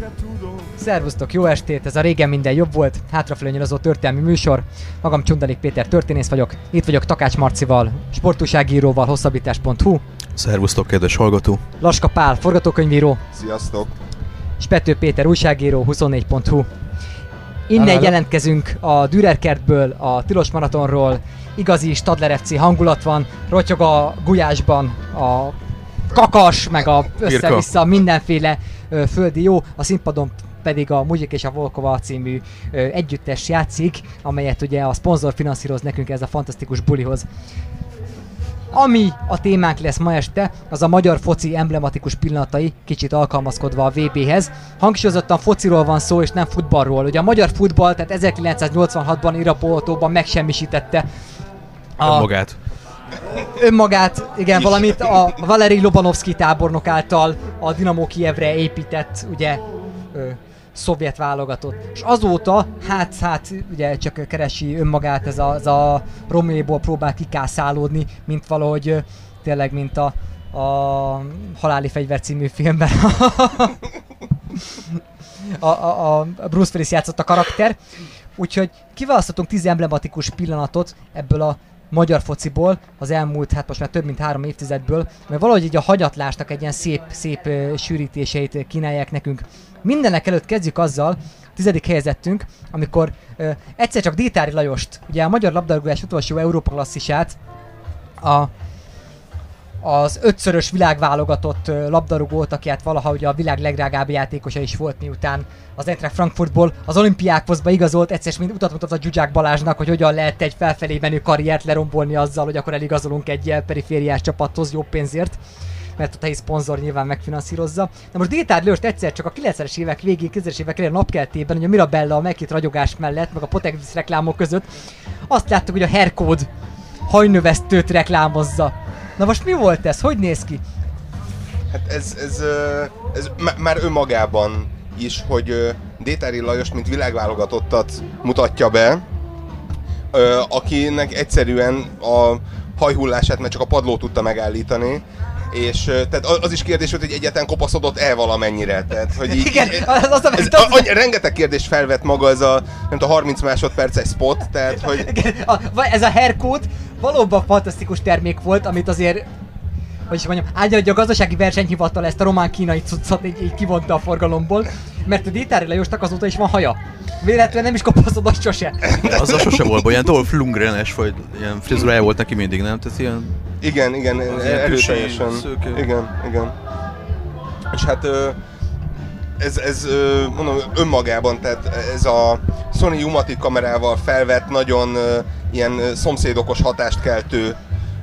Szervusztok, jó estét! Ez a Régen minden jobb volt, hátrafelé nyilazó történelmi műsor. Magam Csundalék Péter történész vagyok. Itt vagyok Takács Marcival, sportújságíróval, hosszabbítás.hu. Szervusztok, kedves hallgató! Laska Pál, forgatókönyvíró. Sziasztok! És Pető Péter, újságíró, 24.hu. Innen jelentkezünk a Dürer kertből, a Tilos maratonról. Igazi Stadler FC hangulat van, rotyog a gulyásban a kakas, meg a össze-vissza mindenféle földi jó. A színpadon pedig a Muzsik és a Volkova című együttes játszik, amelyet ugye a szponzor finanszíroz nekünk ez a fantasztikus bulihoz. Ami a témánk lesz ma este, az a magyar foci emblematikus pillanatai, kicsit alkalmazkodva a VB-hez. Hangsúlyozottan fociról van szó, és nem futballról. Ugye a magyar futball, tehát 1986-ban Irapoltóban megsemmisítette önmagát, igen, valamint a Valeri Lobanovszky tábornok által a Dinamo Kijevre épített, ugye, szovjet válogatott. És azóta, hát ugye csak keresi önmagát, ez a Roméból próbál kikászálódni, mint valahogy tényleg, mint a Haláli fegyver című filmben. a Bruce Willis játszott a karakter. Úgyhogy kiválasztottunk 10 emblematikus pillanatot ebből a magyar fociból az elmúlt, hát most már több mint 3 évtizedből, mert valahogy így a hanyatlásnak egy ilyen szép sűrítéseit kínálják nekünk. Mindenek előtt kezdjük azzal, 10. helyezettünk, amikor egyszer csak Détári Lajost, ugye a magyar labdarúgás utolsó Európa klasszisát, az 5-szörös világválogatott labdarúgót, aki hát valaha ugye a világ legdrágább játékosa is volt, miután az Eintracht Frankfurtból az Olympiákosba igazolt, egyszer mint utat mutat a Zsuzsák Balázsnak, hogy hogyan lehet egy felfelé menő karriert lerombolni azzal, hogy akkor eligazolunk egy perifériás csapathoz jó pénzért, mert a helyi szponzor nyilván megfinanszírozza. Na most Détári Lajost egyszer csak a 90-es évek végén, 2000-es évek elején napkeltében, ugye a Mirabella a meghitt ragyogás mellett, meg a Potex reklámok között, azt láttuk, hogy a Haircode hajnövesztőt reklámozza. Na most mi volt ez? Hogy néz ki? Hát ez már önmagában is, hogy Détári Lajost, mint világválogatottat mutatja be, akinek egyszerűen a hajhullását már csak a padló tudta megállítani, és tehát az is kérdés volt, hogy egyáltalán kopaszodott-e valamennyire, tehát hogy így, igen, rengeteg kérdést felvett maga ez a, nem tudom, 30 másodperces spot, tehát hogy... Igen, ez a Haircode valóban fantasztikus termék volt, amit azért, hogy is mondjam, hogy a gazdasági versenyhivatal ezt a román-kínai cuccot így kivonta a forgalomból, mert a Détári Lajosnak azóta is van haja. Véletlenül nem is kopaszodott sose. Azzal sose volt, olyan Dolph Lundgren-es, vagy ilyen frizurája volt neki mindig, nem? Tehát ilyen... Igen, erőteljesen. Igen. És hát ez mondom, önmagában, tehát ez a Sony U-matic kamerával felvett nagyon ilyen szomszédokos hatást keltő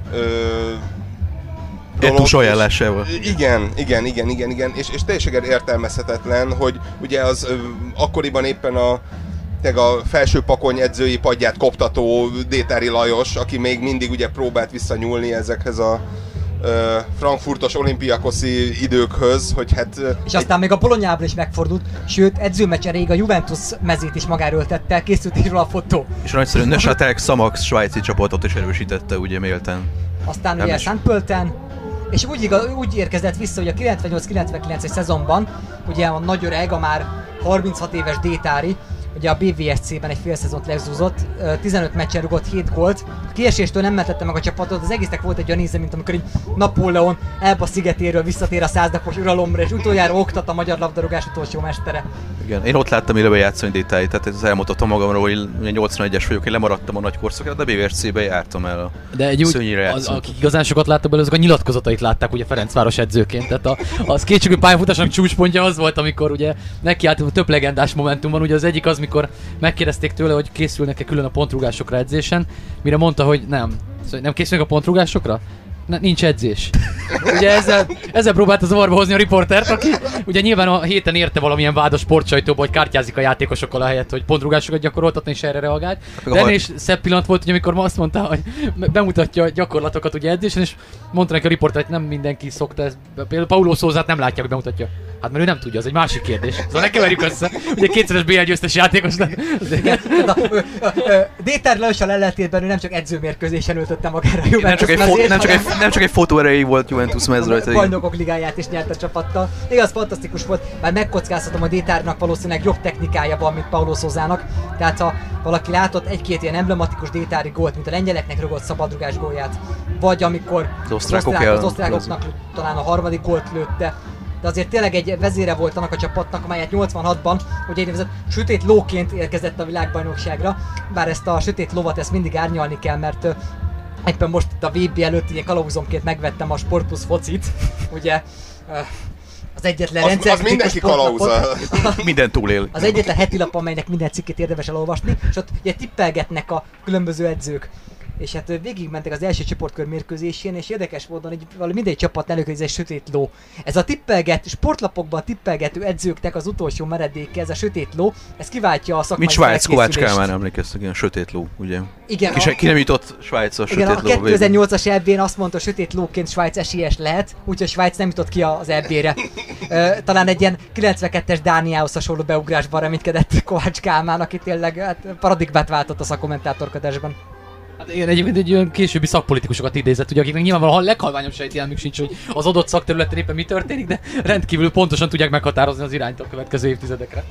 Ettus ajánlásával. Igen, és teljesen értelmezhetetlen, hogy ugye az akkoriban éppen a felső pakony edzői padját koptató Détári Lajos, aki még mindig ugye próbált visszanyúlni ezekhez a frankfurtos olimpiakoszi időkhöz, hogy hát... És aztán még a Bolognából is megfordult, sőt, edzőmeccsen rég a Juventus mezét is magára öltette, készült is róla a fotó. És nagyszerűen Neuchâtel Xamax svájci csapatot is erősítette, ugye méltán. Aztán nem ugye Szent Pölten, és úgy érkezett vissza, hogy a 98-99-es szezonban, ugye a nagy öreg, a már 36 éves Détári, ugye a BVSC-ben egy fél szezont lezúzott, 15 meccsen rugott 7 gólt. A kieséstől nem mentette meg a csapatot, az egésznek volt egy olyan íze, mint amikor így Napóleon Elba szigetéről visszatér a 100 napos uralomra, és utoljára oktat a magyar labdarúgás utolsó mestere. Igen, én ott láttam élőben játszani Détárit, tehát ez elmondhatom magamról, hogy 81-es vagyok, én lemaradtam a nagy korszakra, de a BVSC-ben jártam el a szőnyire játszani. Akik igazán sokat láttak belőle, azok a nyilatkozatait látták ugye Ferencváros edzőként, tehát az kétségű pályafutásnak csúcspontja az volt, amikor ugye nekiálltunk több legendás momentumban, ugye az egyik az, mikor megkérdezték tőle, hogy készülnek-e külön a pontrugásokra edzésen, mire mondta, hogy nem. Szóval nem készülnek a pontrugásokra? Nincs edzés. Ugye ezzel próbálta zavarba hozni a riportert, aki ugye nyilván a héten érte valamilyen vád a sportsajtóba, hogy kártyázik a játékosokkal ahelyett, hogy pontrúgásokat gyakoroltatni, és erre reagált. De ennél is szebb pillanat volt, hogy amikor ma azt mondta, hogy bemutatja a gyakorlatokat ugye edzésen, és mondta neki a riporter, hogy nem mindenki szokta ezt. Például Paulo Szózát nem látják, hogy bemutatja. Hát mert ő nem tudja, az egy másik kérdés. Szóval ne keverjük össze. Ugye 2-szeres BL győztes játékos lett. Détár Lajossal ellentétben ő nem csak edzőmérkőzésen öltötte magára a Juventus. Nem csak egy fotóerejéig volt Juventus mez rajta. A Bajnokok ligáját is nyert a csapattal. Igaz, fantasztikus volt, mert megkockáztatom, hogy Détárnak valószínűleg jobb technikája van, mint Paulo Sousának. Tehát ha valaki látott egy-két ilyen emblematikus détári gólt, mint a lengyeleknek rögött szabadrugás gólját, vagy amikor az osztrákoknak talán a harmadik gólt lőtte, de azért tényleg egy vezére volt annak a csapatnak, amelyet 86-ban ugye úgynevezett sötét lóként érkezett a világbajnokságra, bár ezt a sötét lovat ezt mindig árnyalni kell, mert éppen most a VB előtt ilyen kalauzomként megvettem a Sport Plus focit, ugye az egyetlen rendszer. Az mindenki kalauza. Minden túlél. Az egyetlen heti lap, amelynek minden cikkét érdemes elolvasni, és ott ugye tippelgetnek a különböző edzők. És hát végigmentek az első csoportkör mérkőzésén, és érdekes módon mindegy csapat előtt ez egy sötét ló. Ez a sportlapokban tippelgető edzőknek az utolsó meredéke, ez a sötét ló, ez kiváltja a szakmai felkészülést. Mint Svájc, Kovács Kálmán emlékeztek, ilyen sötét ló, ugye? Igen. Ki nem jutott Svájcra sötét ló. Igen, a 2008-as EB-n azt mondta, hogy sötét lóként Svájc esélyes lehet, úgyhogy Svájc nem jutott ki az EB-re. Talán egy ilyen 92-es Dániához hasonló beugrásban reménykedett Kovács Kálmán, aki tényleg paradigmát váltott a szakkommentátorkodásban. Hát igen, egyébként egy olyan későbbi szakpolitikusokat idézett, ugye, akiknek nyilvánvalóan a leghalványabb sejtelmük sincs, hogy az adott szakterületen éppen mi történik, de rendkívül pontosan tudják meghatározni az irányt a következő évtizedekre.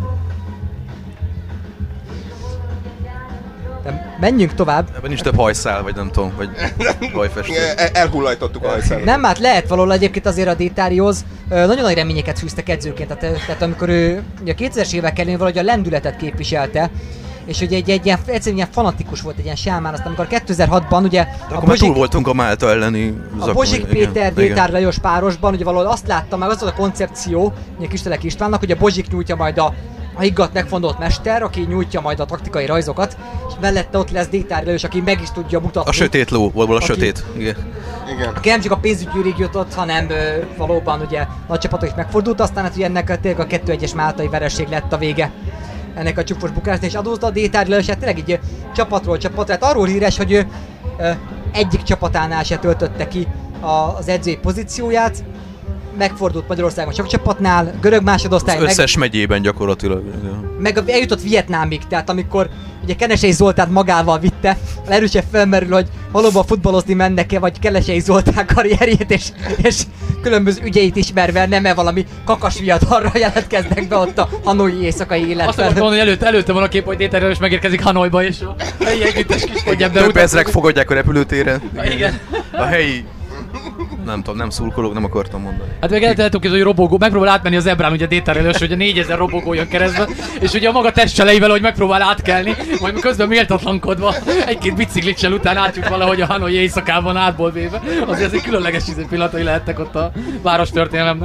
De menjünk tovább. Ebben nincs több hajszál, vagy nem tudom, vagy hajfestő. Elhullajtottuk a hajszálat. Nem, hát lehet valahol egyébként azért a Détárihoz nagyon nagy reményeket fűztek edzőként, tehát amikor ő a 2000-es évek elején valahogy a lendületet képviselte, és ugye egyszerűen ilyen fanatikus volt, egy ilyen sámán, aztán amikor 2006-ban ugye akkor már túl voltunk a Málta elleni a Bozsik Péter, Détár Lajos párosban, ugye valahol azt láttam, meg az volt a koncepció, ugye Kistelek Istvánnak, hogy a Bozsik nyújtja majd a higgadt megfontolt mester, aki nyújtja majd a taktikai rajzokat, és mellette ott lesz Détár Lajos, aki meg is tudja mutatni. A sötét ló, valahol a sötét. Igen. Aki nem csak a pénzügyűrig jutott, hanem valóban ugye nagy csapatok is megfordult, aztán hát ugye ennek tényleg a 2-1-es máltai vereség lett a vége ennek a csúfos bukásnak, és adózta a Détár Lajos, hát tényleg így csapatról csapatra, hát arról híres, hogy ő egyik csapatánál se töltötte ki az edzői pozícióját, megfordult Magyarországon sok csapatnál, görög másodosztály. Az összes megyében gyakorlatilag. Meg eljutott Vietnámig, tehát amikor ugye Kenesei Zoltán magával vitte, erősen felmerül, hogy valóban futballozni mennek-e, vagy Kenesei Zoltán karrierjét és különböző ügyeit ismerve nem-e valami kakas viadalra jelentkeznek be ott a hanoi éjszakai életben. Azt akartam mondani, hogy előtte van a kép, hogy Détár Lajos megérkezik Hanoiba, és a helyi együttes kiskodjában több ezrek fogadják a repülőtéren. Igen. A helyi... Nem tudom, nem szurkolók, nem akartam mondani. Hát meg eltehetünk, hogy robogó, megpróbál átmenni az Ebrán, ugye Détár Lajos, hogy a 4000 robogó jön keresztbe, és ugye a maga testcseleivel, hogy megpróbál átkelni, majd közben méltatlankodva egy-két biciklicsel után átjut valahogy a hanoi éjszakában átból véve. Azért ez egy különleges pillanatai lehettek ott a város történelemnek.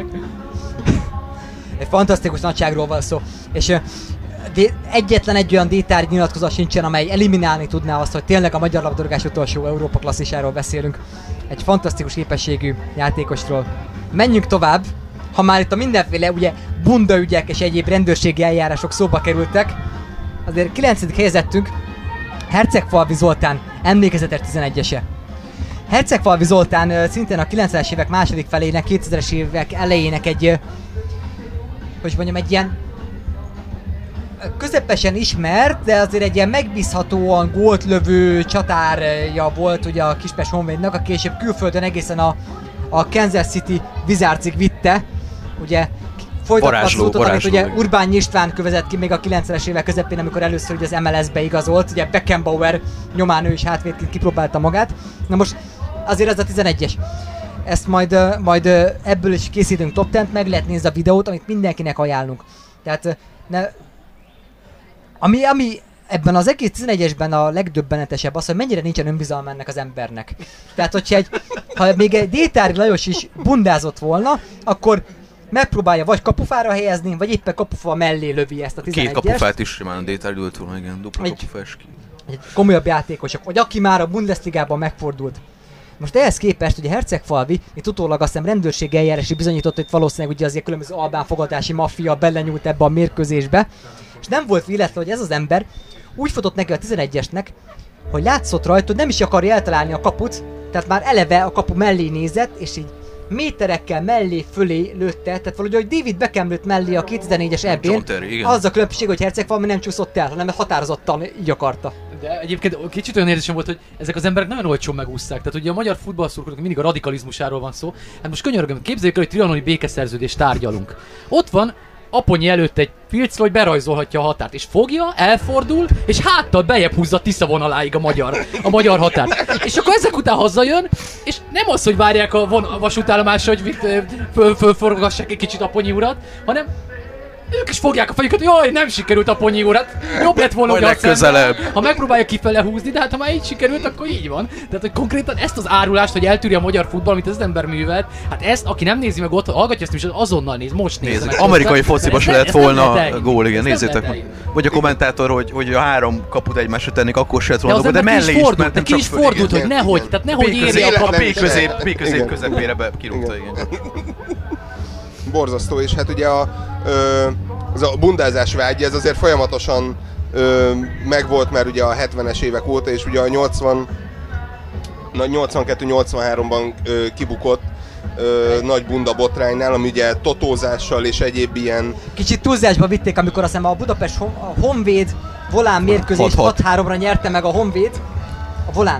Egy fantasztikus nagyságról van szó, és egyetlen egy olyan Détár nyilatkozat sincsen, amely eliminálni tudná azt, hogy tényleg a magyar labdarúgás utolsó Európa klasszisáról beszélünk. Egy fantasztikus képességű játékosról. Menjünk tovább, ha már itt a mindenféle ugye bunda ügyek és egyéb rendőrségi eljárások szóba kerültek. Azért 9. helyezettünk Hercegfalvi Zoltán emlékezetes 11-ese. Hercegfalvi Zoltán szintén a 90-es évek második felének, 2000-es évek elejének egy egy ilyen közepesen ismert, de azért egy ilyen megbízhatóan gólt lövő csatárja volt ugye a Kispest Honvédnak, aki később külföldön egészen a Kansas City Wizardsig vitte, ugye folytatva az útot, amit ugye Urbány István kövezett ki még a 90-es évek közepén, amikor először ugye az MLS-be igazolt, ugye Beckenbauer nyomán ő is hátvédként kipróbálta magát. Na most azért ez a 11-es. Ezt majd ebből is készítünk top 10-t, meg lehet nézni a videót, amit mindenkinek ajánlunk. Tehát ami ebben az egész 11-esben a legdöbbenetesebb az, hogy mennyire nincsen önbizalma ennek az embernek. Tehát, hogyha ha még egy Détár Lajos is bundázott volna, akkor megpróbálja vagy kapufára helyezni, vagy éppen kapufa mellé lövi ezt a 11-est. Két kapufát is simán a Détár ült volna, igen, dupla kapufás ki. Egy komolyabb játékosok, vagy aki már a Bundesligában megfordult. Most ehhez képest ugye Hercegfalvi, itt utólag azt hiszem rendőrségi eljárási bizonyított, hogy valószínűleg ugye azért különböző albán fogadási maffia belenyúlt ebbe a mérkőzésbe. És nem volt véletlen, hogy ez az ember úgy futott neki a 11-esnek, hogy látszott rajta, hogy nem is akarja eltalálni a kaput, tehát már eleve a kapu mellé nézett, és így méterekkel mellé fölé lőtte, tehát valahogy, hogy David Beckham lőtt mellé a 2004-es EB-n, az a különbség, hogy Herceg valami nem csúszott el, hanem határozottan így akarta. De egyébként kicsit olyan érzésem volt, hogy ezek az emberek nagyon olcsón megúszták. Tehát ugye a magyar futballszurkolók mindig a radikalizmusáról van szó. Hát most könyörgöm, képzeljük el, hogy trianoni békeszerződést tárgyalunk. Ott van Aponyi előtt egy filcről, hogy berajzolhatja a határt, és fogja, elfordul, és háttal bejebb húzza Tisza vonaláig a magyar határt. És akkor ezek után hazajön, és nem az, hogy várják a vasútállomásra, hogy fölforgassák egy kicsit Aponyi urat, hanem ők is fogják a fejüket, jaj, nem sikerült Aponyi urat, jobb lett volna, ha megpróbálja kifele húzni, de hát ha már így sikerült, akkor így van. Tehát, hogy konkrétan ezt az árulást, hogy eltűrje a magyar futball, amit ez az ember művelt, hát ezt, aki nem nézi meg ott, hallgatja ezt is, azonnal néz, most nézze meg. Amerikai fociba se lett volna gól, igen, nézzétek meg. Vagy a kommentátor, hogy a 3 kaput egymásra tennék, akkor se lett volna, de mellé is ment, nem csak föl. Fordult, hogy nehogy, tehát nehogy érje a P közepére kirúgta, igen. Borzasztó, és hát ugye az a bundázás vágy, ez azért folyamatosan megvolt már ugye a 70-es évek óta, és ugye a 82-83-ban kibukott nagy bunda botránynál, ami ugye totózással és egyéb ilyen... Kicsit túlzásba vitték, amikor azt hiszem a Budapest Honvéd volán mérkőzést 6-3-ra nyerte meg a Honvéd. A volán.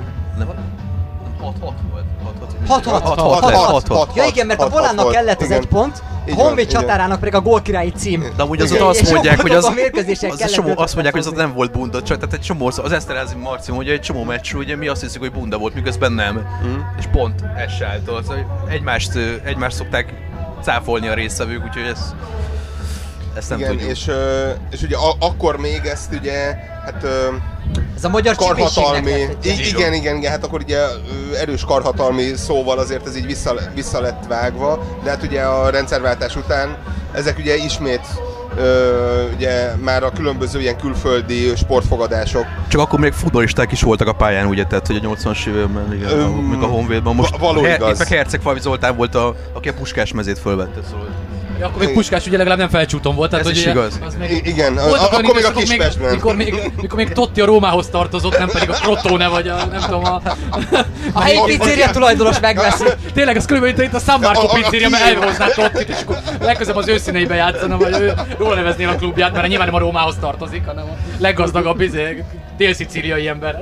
6-6. Ja igen, mert a volánnak kellett az 1 pont, a Honvéd csatárának pedig a gólkirályi cím. De amúgy azóta azt mondják, hogy az nem volt bunda, csak tehát egy csomó, az Eszterházy Marci mondja, egy csomó meccsről, ugye mi azt hiszük, hogy bunda volt, miközben nem. És pont ez se állt. Egymást szokták cáfolni a résztvevők, úgyhogy ezt nem tudjuk. És ugye akkor még ezt ugye, hát... Ez a magyar karhatalmi, igen, hát akkor ugye erős karhatalmi szóval azért ez így vissza lett vágva, de hát ugye a rendszerváltás után ezek ugye ismét ugye már a különböző ilyen külföldi sportfogadások. Csak akkor még futballisták is voltak a pályán, ugye, tehát hogy a 80-as években, igen, még a Honvédban. Most igaz. Itt meg Hercegfalvi Zoltán volt, aki a Puskás mezét fölvette, szóval. Ja, akkor még Puskás ugye legalább nem felcsúton volt, tehát ez is igaz. Igen, akkor még a Kispestben. Mikor még Totti a Rómához tartozott, nem pedig a Crotone vagy a nem tudom a helyi pizzéria tulajdonos megveszi. Tényleg, az körülbelül itt a San Marco pizzéria, mert elhozná Tottit, és akkor legközelebb az őszíneibe játszana, vagy róla neveznél a klubját, mert nyilván nem a Rómához tartozik, hanem a leggazdagabb dél-szicíliai emberhez.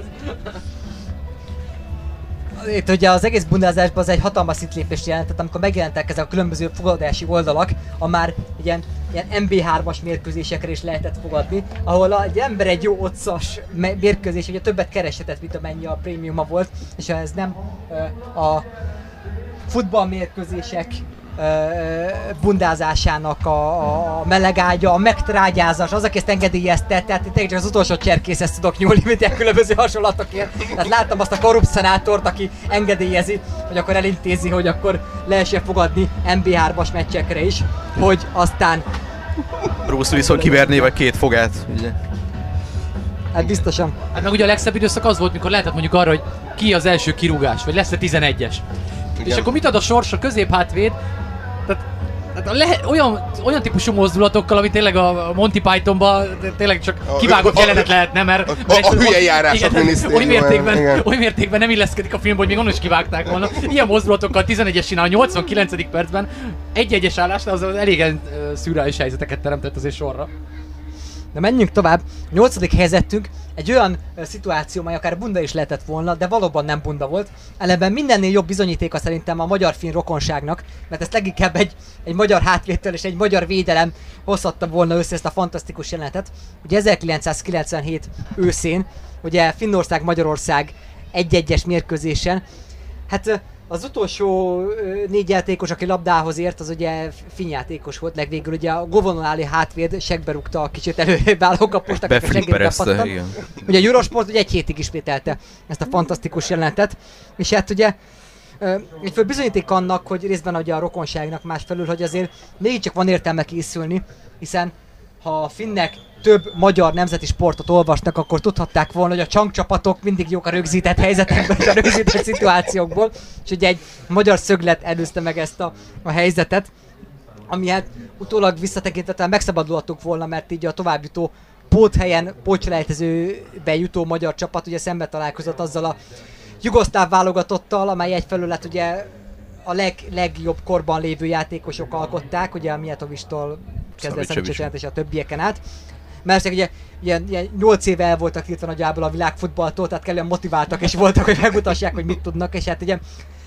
Itt ugye az egész bundázásban az egy hatalmas szintlépést jelentett, amikor megjelentek ezek a különböző fogadási oldalak, a már ilyen MB3-as mérkőzésekre is lehetett fogadni, ahol egy ember egy jó otszas mérkőzés, ugye többet kereshetett, mint amennyi a prémiuma volt, és ez nem a futballmérkőzések bundázásának a melegágya, a megtrágyázás, az, aki ezt engedélyezte, tehát tényleg csak az utolsó cserkészhez tudok nyúlni, mint ilyen különböző hasonlatokért. Tehát láttam azt a korrupt szenátort, aki engedélyezi, hogy akkor elintézi, hogy akkor lehessen fogadni MB3-as meccsekre is, hogy aztán... Bruce Willis kiverné vagy 2 fogát, ugye? Hát biztosan. Hát meg ugye a legszebb időszak az volt, mikor lehetett mondjuk arra, hogy ki az első kirúgás, vagy lesz-e 11-es. Igen. És akkor mit ad a sors a középhátvéd? Tehát olyan típusú mozdulatokkal, ami tényleg a Monty Pythonban tényleg csak kivágott jelenet lehetne, mert... A hülye járások minisztériumban. Oly mértékben nem illeszkedik a filmbe, hogy még onnan is kivágták volna. Ilyen mozdulatokkal 11-es csinál a 89. percben egy-egyes állásnál az elég szürreális helyzeteket teremtett azért sorra. De menjünk tovább. 8. helyzetünk egy olyan szituáció, mely akár bunda is lehetett volna, de valóban nem bunda volt. Ellenben mindennél jobb bizonyítéka szerintem a magyar-finn rokonságnak, mert ezt leginkább egy magyar hátvédtől és egy magyar védelem hozhatta volna össze ezt a fantasztikus jelenetet. Ugye 1997 őszén, ugye Finnország-Magyarország 1-1-es mérkőzésen, hát az utolsó 4 játékos, aki labdához ért, az ugye finn játékos volt, legvégül ugye a Govonoáli hátvéd segbe rúgta a kicsit előrébb álló kapost, akik a segét bepattan. Ugye a Eurosport ugye 1 hétig ismételte ezt a fantasztikus jelenetet, és hát ugye egy fő bizonyíték annak, hogy részben ugye a rokonságnak másfelül, hogy azért mégiscsak van értelme készülni, hiszen ha a finnek több magyar nemzeti sportot olvasnak, akkor tudhatták volna, hogy a csankcsapatok mindig jók a rögzített helyzetekben, a rögzített szituációkból, és ugye egy magyar szöglet előzte meg ezt a helyzetet, ami hát utólag visszatekintettel megszabadulhatunk volna, mert így a továbbjutó póthelyen, pótselejtezőbe jutó magyar csapat ugye szembe találkozott azzal a jugoszláv válogatottal, amely egyfelől lett ugye legjobb korban lévő játékosok alkották, ugye a Mijatovistól kezdve Szavicsics és a többieken át. Mert ugye 8 éve el voltak tiltva nagyjából a világfutballtól, tehát kellően motiváltak és voltak, hogy megmutassák, hogy mit tudnak, és hát ugye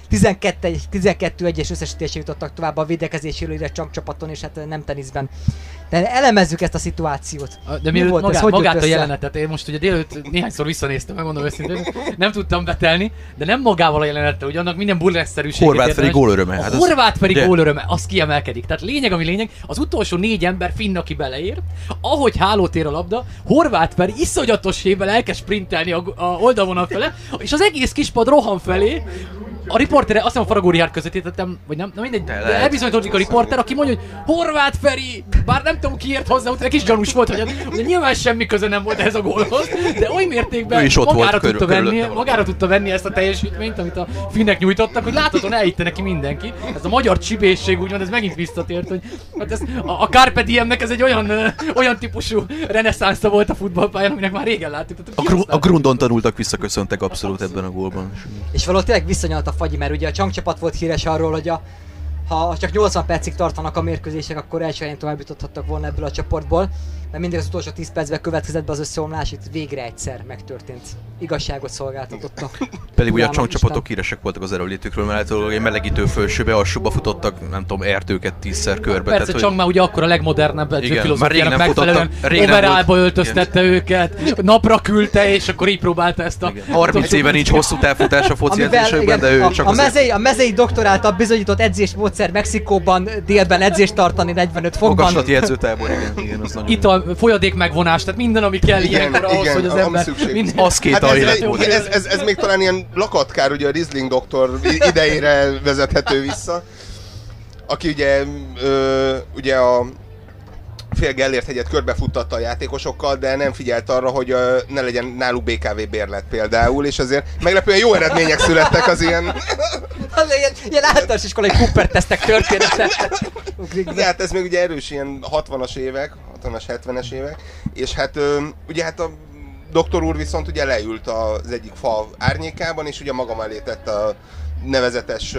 12-1-es összesítésre jutottak tovább a védekezéséről ide csapaton, és hát nem teniszben. De elemezzük ezt a szituációt. De mi volt magát a jelenetet, én most ugye délőtt néhányszor visszanéztem, megmondom őszintén, nem tudtam betelni, de nem magával a jelenettel, ugye annak minden burlesszerűséget. Horváth pedig gólöröme. Hát Horváth pedig gólöröme, az kiemelkedik. Tehát lényeg, ami lényeg, az utolsó 4 ember Finn, aki beleér, ahogy hálót ér a labda, Horváth pedig iszonyatos hével elkezd sprintelni a oldalvonal fele, és az egész kispad rohan felé. A riportere, azt hiszem a Faragó Richárd közvetítettem, vagy nem mindegy, de elbizonyította a riporter, aki mondja, hogy Horváth Feri, bár nem tudom ki ért hozzá, utána kis gyanús volt, hogy nyilván semmi köze nem volt ehhez a gólhoz, de oly mértékben magára tudta venni ezt a teljesítményt, amit a finnek nyújtottak, hogy láthatóan elhitte neki mindenki. Ez a magyar csibészség úgymond, ez megint visszatért, hogy hát ez, a Carpe Diemnek ez egy olyan típusú reneszánsza volt a futballpályán, aminek már régen láttuk. A Grundon tanultak, visszaköszöntek abszolút ebben a gólban. És valahol tényleg visszanyalt a Fagyi, mert ugye a Csang csapat volt híres arról, hogy ha csak 80 percig tartanak a mérkőzések, akkor első helyen tovább jutottak volna ebből a csoportból. Mert mindig az utolsó 10 percben következett be az összeomlás, itt végre egyszer megtörtént. Igazságot szolgáltatottak. Pedig ugye a Csang csapatok híresek voltak az erőlétükről, mert általában egy melegítő fölsőbe, alsóba futottak, nem tudom, erdőket 10-szer körbe. Persze, Csang már ugye akkor a legmodernebb edzőfilozófiának megfelelően overallba öltöztette őket, napra küldte, és akkor így próbálta ezt a... 30 éve nincs hosszú távfutás a foci edzésükben, de ő csak a mezei doktoráltal bizonyított edzésmódszer Mexikóban délben edzést tartani 45 fokban. Magaslati edzőtábor, igen, az nagyon... Itt a folyadék megvonás, tehát minden, ami kell ilyenkor ahhoz, hogy az ember... Az két ez még talán ilyen lakatkár, ugye a Riesling doktor idejére vezethető vissza, aki ugye a fél Gellért hegyet körbefuttatta a játékosokkal, de nem figyelt arra, hogy ne legyen náluk BKV bérlet például, és azért meglepően jó eredmények születtek az ilyen... ilyen általános iskolai Cooper-tesztek története. De hát ez még ugye erős ilyen 60-as évek, 60-as, 70-es évek, és hát ugye hát a doktor úr viszont ugye leült az egyik fa árnyékában, és ugye maga mellé tett a nevezetes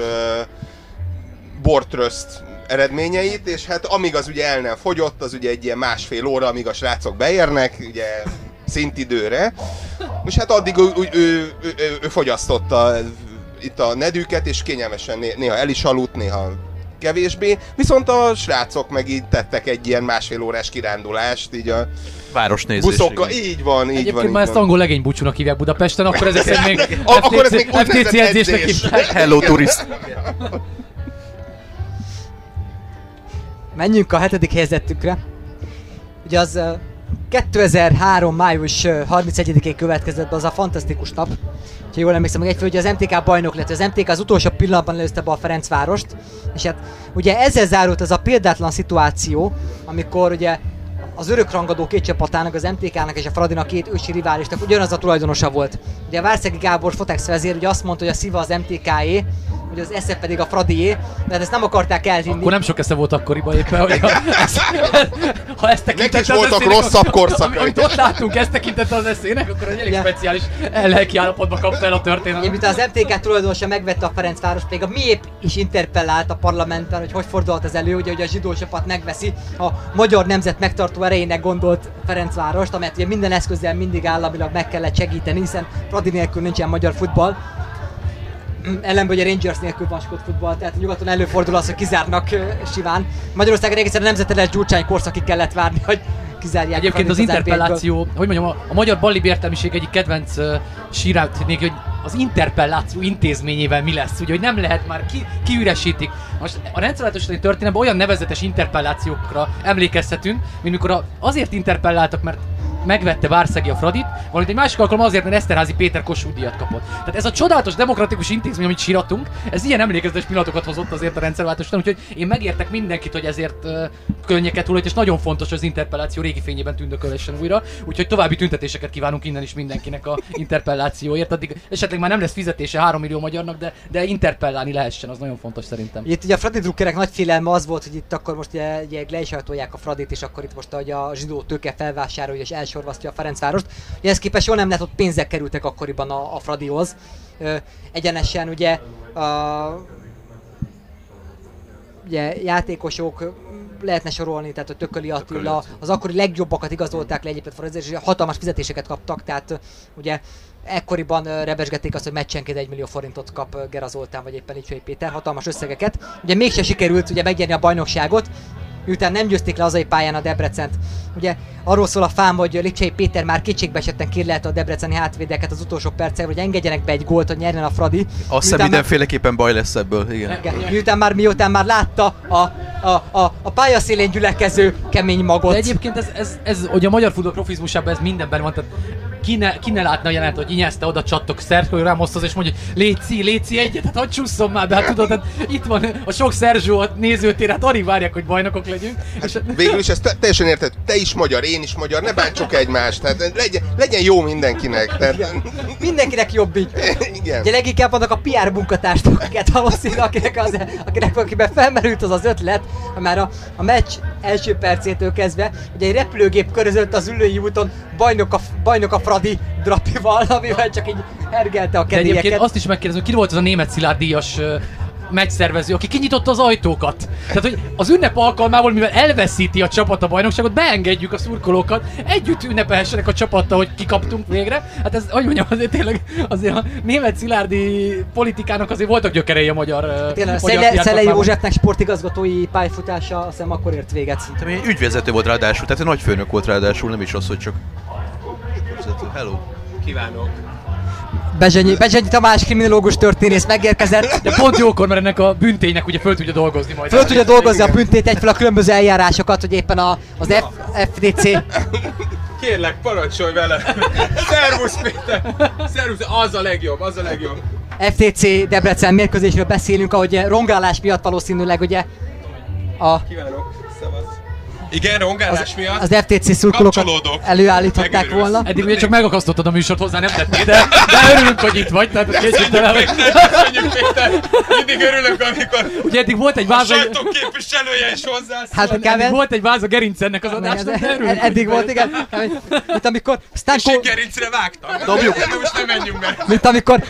bortröszt eredményeit, és hát amíg az ugye el nem fogyott, az ugye egy ilyen 1,5 óra, amíg a srácok beérnek, ugye szintidőre, és hát addig ő fogyasztotta itt a nedűket, és kényelmesen néha el is aludt, néha kevésbé, viszont a srácok meg így tettek egy ilyen 1,5 órás kirándulást, így a buszokkal, így van. Egyébként már ezt angol legénybúcsúnak hívják Budapesten, akkor ezek szerint még akkor ez még FTC edzésnek hívják. Hello turist! Menjünk a 7. helyezettükre. Ugye az 2003. május 31-én következett be az a fantasztikus nap. Ha jól emlékszem, meg egyfél, hogy az MTK bajnok lett. Az MTK az utolsó pillanatban előzte be a Ferencvárost. És hát ugye ezzel zárult az a példátlan szituáció, amikor ugye az örökrangadó két csapatának, az MTK-nak és a Fradinak két ősi riválisnak ugyanaz a tulajdonosa volt. Ugye a Várszegi Gábor Fotex vezér ugye azt mondta, hogy a Sziva az MTK-é, hogy az esze pedig a Fradié, de hát ezt nem akarták elhinni. Akkor nem sok esze volt akkoriban éppen, hogy ha ezt tekintette az voltak rosszabb korszakai. Amit ott láttunk, ezt tekintette az eszének, akkor egy elég speciális lelki állapotban kapta el a történet. Ugye, miután az MTK tulajdonosa megvette a Ferencváros, még a MIEP is interpellált a parlamentben, hogy fordulhat ez elő, ugye, hogy a zsidó csapat megveszi a magyar nemzet megtartó erejének gondolt Ferencvárost, amelyet ugye minden eszközzel mindig államilag meg kellett segíteni, hiszen Fradi nélkül nincsen magyar futball. Ellenben ugye a Rangers nélkül van skót futball, tehát nyugaton előfordul az, hogy kizárnak simán. Magyarországon egészen a nemzeteles Gyurcsány korszakig kellett várni, hogy kizárják. Egyébként az interpelláció, hogy mondjam, a magyar ballibb értelmiség egyik kedvenc sírát, hogy az interpelláció intézményével mi lesz, ugye, hogy nem lehet már kiüresítik. Most a rendszerváltoztatási történelemben olyan nevezetes interpellációkra emlékezhetünk, mint mikor azért interpelláltak, mert megvette Várszegi a Fradit, valamint egy másik alkalom azért, mert Eszterházy Péter Kossuth-díjat kapott. Tehát ez a csodálatos demokratikus intézmény, amit síratunk, ez ilyen emlékezetes pillanatokat hozott azért a rendszerváltoztatásban, úgyhogy én megértek mindenkit, hogy ezért könnyeket hullott, és nagyon fontos, hogy az interpelláció régi fényében tündökölhessen újra, úgyhogy további tüntetéseket kívánunk innen is mindenkinek a interpellációért, addig esetleg már nem lesz fizetése 3 millió magyarnak, de interpellálni lehessen, az nagyon fontos szerintem. Itt ugye a Fradi drukkerek nagy félelme az volt, hogy itt akkor most ugye le is hajtolják a Fradit, és akkor itt most a zsidó tőke felvásárolja és elsorvasztja a Ferencvárost. Ugye ezt képest jól nem lehet, ott pénzek kerültek akkoriban a Fradihoz. Egyenesen ugye ugye játékosok, lehetne sorolni, tehát a Tököli Attila, az akkori legjobbakat igazolták le egyébként, és hatalmas fizetéseket kaptak, tehát ugye ekkoriban rebesgették azt, hogy meccsenként 1 millió forintot kap Gera Zoltán, vagy éppen Lipcsei Péter, hatalmas összegeket. Ugye mégse sikerült ugye megnyerni a bajnokságot, miután nem győzték le hazai pályán a Debrecent. Ugye arról szól a fám, hogy Lipcsei Péter már kétségbeesetten kérlelte a debreceni hátvédeket az utolsó percekben, hogy engedjenek be egy gólt, hogy nyerjen a Fradi. Azt hiszem mindenféleképpen baj lesz ebből, igen. Miután már látta a pályaszélén gyülekező kemény magot. De egyébként ez hogy a magyar futball profizmusában ez mindenben van, tehát ki ne látna jelent, hogy Iniesta oda csattok Sergio Ramoshoz, és mondja, léci egyet, hát hadd csúszom már be, hát tudod, hát itt van a sok Sergio a nézőtér, hát alig várják, hogy bajnokok legyünk. Hát végül is ezt teljesen érted, te is magyar, én is magyar, ne bántsuk egymást, tehát legyen jó mindenkinek. Tehát... Mindenkinek jobb így. Igen. Ugye leginkább vannak a PR munkatársak, akiket valószínűleg, akiben felmerült az ötlet, hogy már a meccs első percétől kezdve, ugye egy repülőgép körözött az Üllői úton bajnok a Fradi drapival, amivel csak így hergelte a kedélyeket. De egyébként azt is megkérdezem, ki volt az a német Szilárd díjas meccsszervező, aki kinyitotta az ajtókat. Tehát, hogy az ünnep alkalmával, mivel elveszíti a csapat a bajnokságot, beengedjük a szurkolókat, együtt ünnepelhessenek a csapattal, hogy kikaptunk végre. Hát ez, hogy mondjam, azért tényleg azért a német szilárdi politikának azért voltak gyökerei a magyar Szellei Józsefnek sportigazgatói pályafutása, azt hiszem akkor ért véget. Szerintem egy ügyvezető volt ráadásul, tehát egy nagyfőnök volt ráadásul, nem is az, hogy csak... Hello! Kívánok! Bezsenyi Tamás kriminológus történész megérkezett. De pont jókor, mert ennek a bünténynek ugye föl tudja dolgozni majd. Föl tudja dolgozni a büntét, egyféle a különböző eljárásokat, hogy éppen az FDC... Kérlek, parancsolj vele! Szervusz Péter! Szervusz, az a legjobb. FTC Debrecen mérkőzésről beszélünk, ahogy rongálás miatt valószínűleg ugye Kívánok, szevasz! Igen, rongálás miatt. Az FTC szurkolókat előállították volna. Eddig ugye csak megakasztottad a műsort, hozzá nem tettél, de örülünk, hogy itt vagy. Tehát Köszönjük Péter! Mindig örülök, amikor ugye eddig volt egy a sajtóképviselője is hozzászól. Hát eddig volt egy váz a Gerincennek az adásnak, de örülünk. Eddig volt, igen. Mint amikor Stanko... És én Gerincre vágtam. Dobjuk. Most nem menjünk be. Mint amikor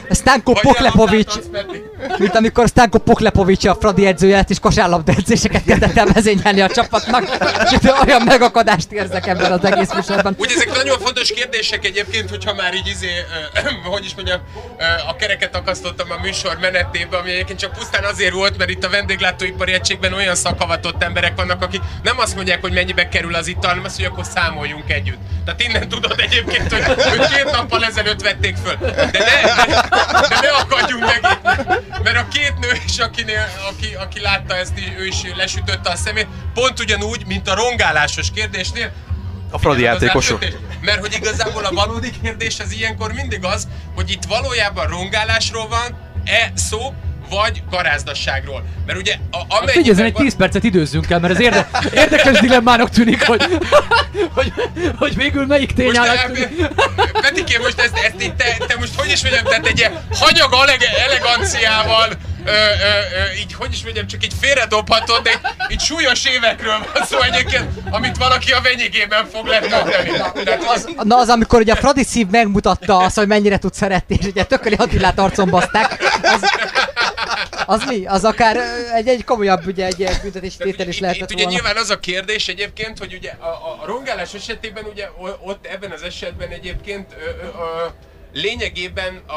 Stanko Poklepovics a Fradi edzője lett, és kosárlabda edzéseket kezdett el vezényelni a csapatnak. Olyan megakadást érzek ebben az egész műsorban. Úgy ezek nagyon fontos kérdések egyébként, hogyha már így hogy is mondjam, a kereket akasztottam a műsor menetébe, ami egyébként csak pusztán azért volt, mert itt a vendéglátóipari egységben olyan szakavatott emberek vannak, akik nem azt mondják, hogy mennyibe kerül az ital, hanem azt, hogy akkor számoljunk együtt. Tehát innen tudod egyébként, hogy 2 nappal ezelőtt vették föl. De ne akadjunk meg itt, mert a 2 nő is, aki látta ezt, ő is lesütötte a szemét, pont ugyanúgy, mint a rongálásos kérdésnél. A Fradi játékosok. Mert hogy igazából a valódi kérdés az ilyenkor mindig az, hogy itt valójában rongálásról van-e szó, vagy garázdasságról. Mert ugye figyelj, ezen egy 10 percet időzzünk el, mert ez érdekes dilemmának tűnik, hogy végül melyik tényának tűnik. Petikém, most ezt te most hogy is mondjam, tehát egy ilyen hanyag eleganciával így hogy is mondjam, csak így félredobhatod, de így súlyos évekről van szó egyébként, amit valaki a venyigében fog letölteni. Az, amikor ugye a Fradi szív megmutatta azt, hogy mennyire tud szeretni, és ugye Tököli Attilát arcon baszták, az mi? Az akár egy komolyabb ugye, egy büntetési tétel is lehetett volna. Itt ugye nyilván az a kérdés egyébként, hogy ugye a rongálás esetében ugye ott ebben az esetben egyébként lényegében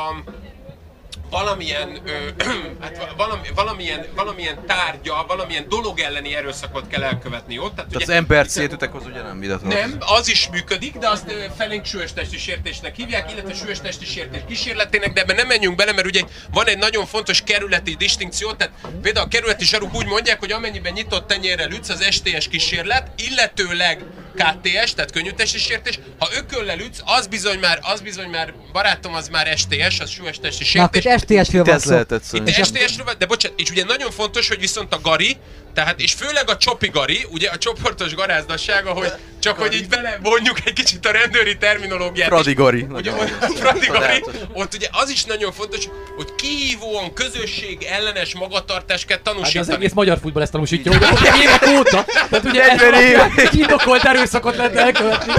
valamilyen tárgya, valamilyen dolog elleni erőszakot kell elkövetni ott. Tehát az embert az ugye nem vitatkozik. Nem, az is működik, de azt felénk súlyos testi sértésnek hívják, illetve súlyos testi sértés kísérletének, de ebben nem menjünk bele, mert ugye van egy nagyon fontos kerületi distinkció, tehát például a kerületi zsaruk úgy mondják, hogy amennyiben nyitott tenyérrel ütsz, az STS kísérlet, illetőleg KTS, tehát könnyű testi sértés, ha ököllel ütsz, az bizony már, barátom, az már STS, az súlyos testi sértés. STS-ről van szó. Itt STS-ről van, de bocsánat, és ugye nagyon fontos, hogy viszont a gari, tehát és főleg a csopi gari, ugye a csoportos garázdassága, hogy csak hogy így belevonjuk egy kicsit a rendőri terminológiát. Fradigari. Fradigari. Ott ugye az is nagyon fontos, hogy kihívóan közösség ellenes magatartást kell tanúsítani. Hát az egész magyar futball ezt tanúsítja, hogy évek óta, tehát ugye ezt indokolt erőszakot lehet elkövetni.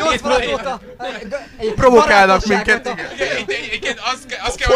Provokálnak minket. Azt kell,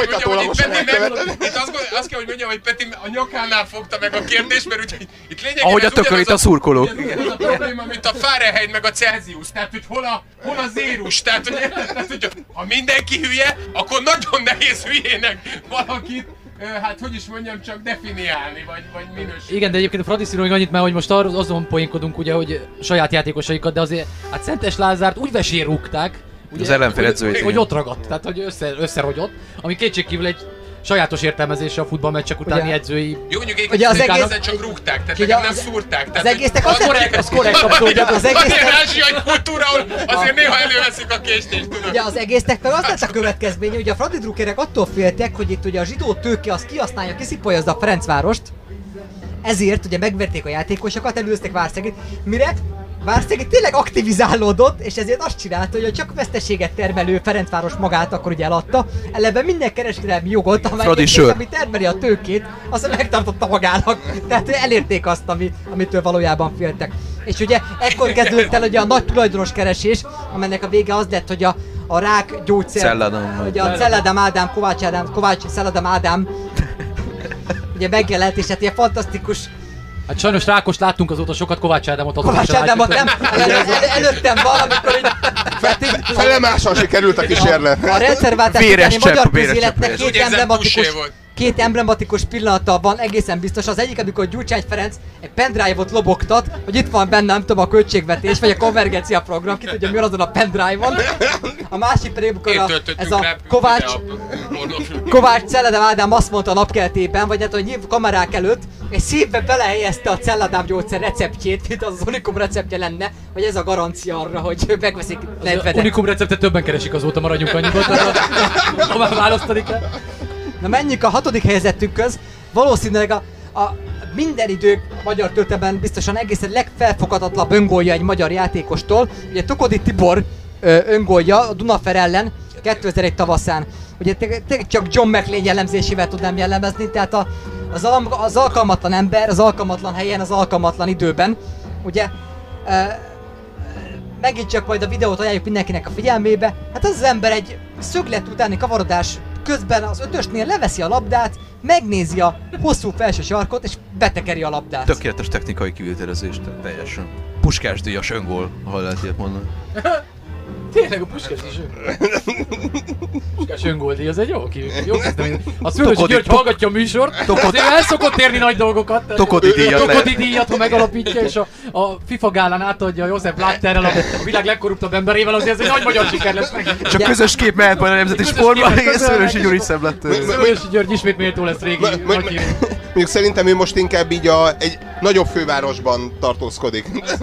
hogy mondjam, hogy Peti a nyakánál fogta meg a kérdést, mert ugye itt lényegében ahogy a tökörít a szurkolók. Ez a probléma, mint a Fahrenheit meg a Celsius, tehát hogy hol a zérus, tehát hogy ha mindenki hülye, akkor nagyon nehéz hülyének valakit, hát hogy is mondjam, csak definiálni, vagy minősíteni. Igen, de egyébként a Fradi színű annyit, mert hogy most azon poénkodunk ugye, hogy saját játékosaikat, de azért hát Szentes Lázárt úgy vesérrúgták, ugye, az ellenfél edzőjét. hogy ott ragadt, tehát hogy összerogyott, ami kétségkívül egy sajátos értelmezése a futballmeccsek utáni edzői. Jó, mondjuk ugye az egészen csak rúgták, tehát nem szúrták. Az egésznek az korrekt abszolút. Az ázsiai kultúra, azért néha előveszik a kést és tudod. Ugye az egésznek meg az lett a következménye, hogy a Fradi drukkerek attól féltek, hogy itt ugye a zsidó tőke az kihasználja, kiszipolja a Ferencvárost. Ezért ugye megverték a játékosokat, előzték Várszegit, mire Várszegi tényleg aktivizálódott, és ezért azt csinálta, hogy a csak veszteséget termelő Ferencváros magát akkor ugye eladta, ellenben minden kereskedelmi jogot, ami termeli a tőkét, azt megtartotta magának. Tehát elérték azt, amitől valójában féltek. És ugye ekkor kezdődött el ugye a nagy tulajdonos keresés, amelynek a vége az lett, hogy a rák gyógyszer, ugye a Celladám Ádám, Kovács Celladám Ádám ugye megjelent, és hát ilyen fantasztikus. Hát sajnos Rákost láttunk azóta sokat, Kovács Ádámot adott. Kovács Ádámot nem, előttem valamikor így... Felemásan sikerült a kísérlet. A rendszerváltás utáni magyar közéletnek két emblematikus pillanata van, egészen biztos. Az egyik, amikor Gyurcsány Ferenc egy pendrive-ot lobogtat, hogy itt van benne, nem tudom, a költségvetés, vagy a konvergencia program, ki tudja, mi van azon a pendrive-on. A másik pedig, amikor ez a Kovács Celladám Ádám azt mondta a napkeltében, vagy hát, hogy nyílt kamerák előtt, és szépen belehelyezte a Celladám gyógyszer receptjét, mint az Unikum receptje lenne, hogy ez a garancia arra, hogy megveszik 40-et. Az Unikum receptet többen keresik azóta, maradjunk annyiban, ha már választani kell. Na menjünk a 6. helyezettünkhöz. Valószínűleg a minden idők magyar történelemben biztosan egészen legfelfoghatatlabb öngólja egy magyar játékostól. Ugye Tokodi Tibor öngólja a Dunafer ellen 2001 tavaszán. Ugye csak John McLean jellemzésével tudnám jellemezni, tehát az alkalmatlan ember, az alkalmatlan helyen, az alkalmatlan időben. Ugye megint csak majd a videót ajánljuk mindenkinek a figyelmébe. Hát az ember egy szöglet utáni kavarodás közben az ötösnél leveszi a labdát, megnézi a hosszú felső sarkot és betekeri a labdát. Tökéletes technikai kivitelezés, teljesen. Puskás-díjas öngól, ha lehet ilyet mondani. Tényleg a Puskás is Puskás öngóldíj, az egy jó kezdemény. A Szőlősi György hallgatja a műsort, azért el szokott érni nagy dolgokat. Tokodi díjat, ha megalapítja, és a FIFA gálán átadja József Blatterrel, a világ legkorruptabb emberével, azért ez egy nagy magyar siker lesz meg. És a közös kép mehet majd a nemzeti sportban, és Szőlősi György szebb lett. Szőlősi György ismét méltó lesz régi nagy. Mondjuk szerintem ő most inkább így egy nagyobb fővárosban tartózkodik.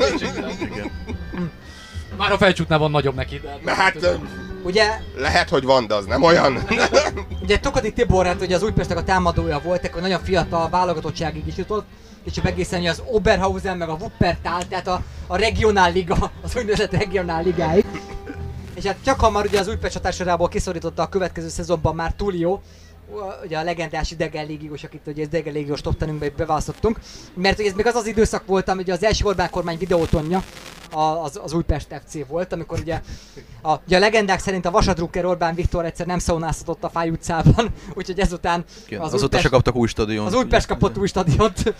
Már a Felcsútnál van nagyobb neki, de... Hát, ugye... Lehet, hogy van, de az nem olyan. Ugye Tokodi Tibor, hát ugye az Újpestnek a támadója volt, akkor nagyon fiatal válogatottságig is jutott, és egészen az Oberhausen meg a Wuppertal, tehát a regionálliga, az úgynevezett regionálligáig. És hát csak hamar ugye az Újpest csatársorából kiszorította a következő szezonban már Tullio, ugye a legendás idegen légiós, akit ugye az idegen légiós top 10-ünkbe beválasztottunk, mert ugye ez még az időszak volt, ami ugye az első Orbán kormány videótonja az Újpest FC volt, amikor ugye a legendák szerint a Vasadrucker Orbán Viktor egyszer nem szaunáztatott a Fáj utcában, úgyhogy ezután azóta se kaptak új stadiont. Az Újpest kapott új stadiont,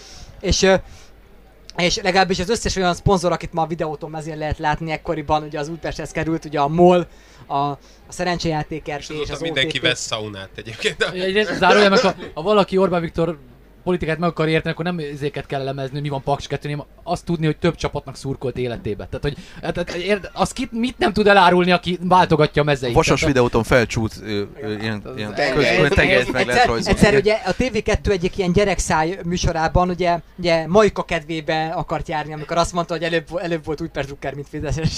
és legalábbis az összes olyan szponzor, akit ma a videóton mezén lehet látni ekkoriban, ugye az Újpesthez került, ugye a MOL, a szerencsejáték RT és az mindenki vesz szaunát egyébként. Egyrészt zárójelben, ha valaki Orbán Viktor politikát meg akar érteni, akkor nem izéket kell elemezni, mi van Paks 2, hanem azt tudni, hogy több csapatnak szurkolt életébe. Tehát, hogy az mit nem tud elárulni, aki váltogatja a mezeit. Vasas videóton Felcsút ilyen tengelyt meg lehet rajzolni. Egyszer ugye a TV2 egyik ilyen gyerekszáj műsorában ugye Majka kedvébe akart járni, amikor azt mondta, hogy előbb volt Újpest Drucker, mint Fideszes.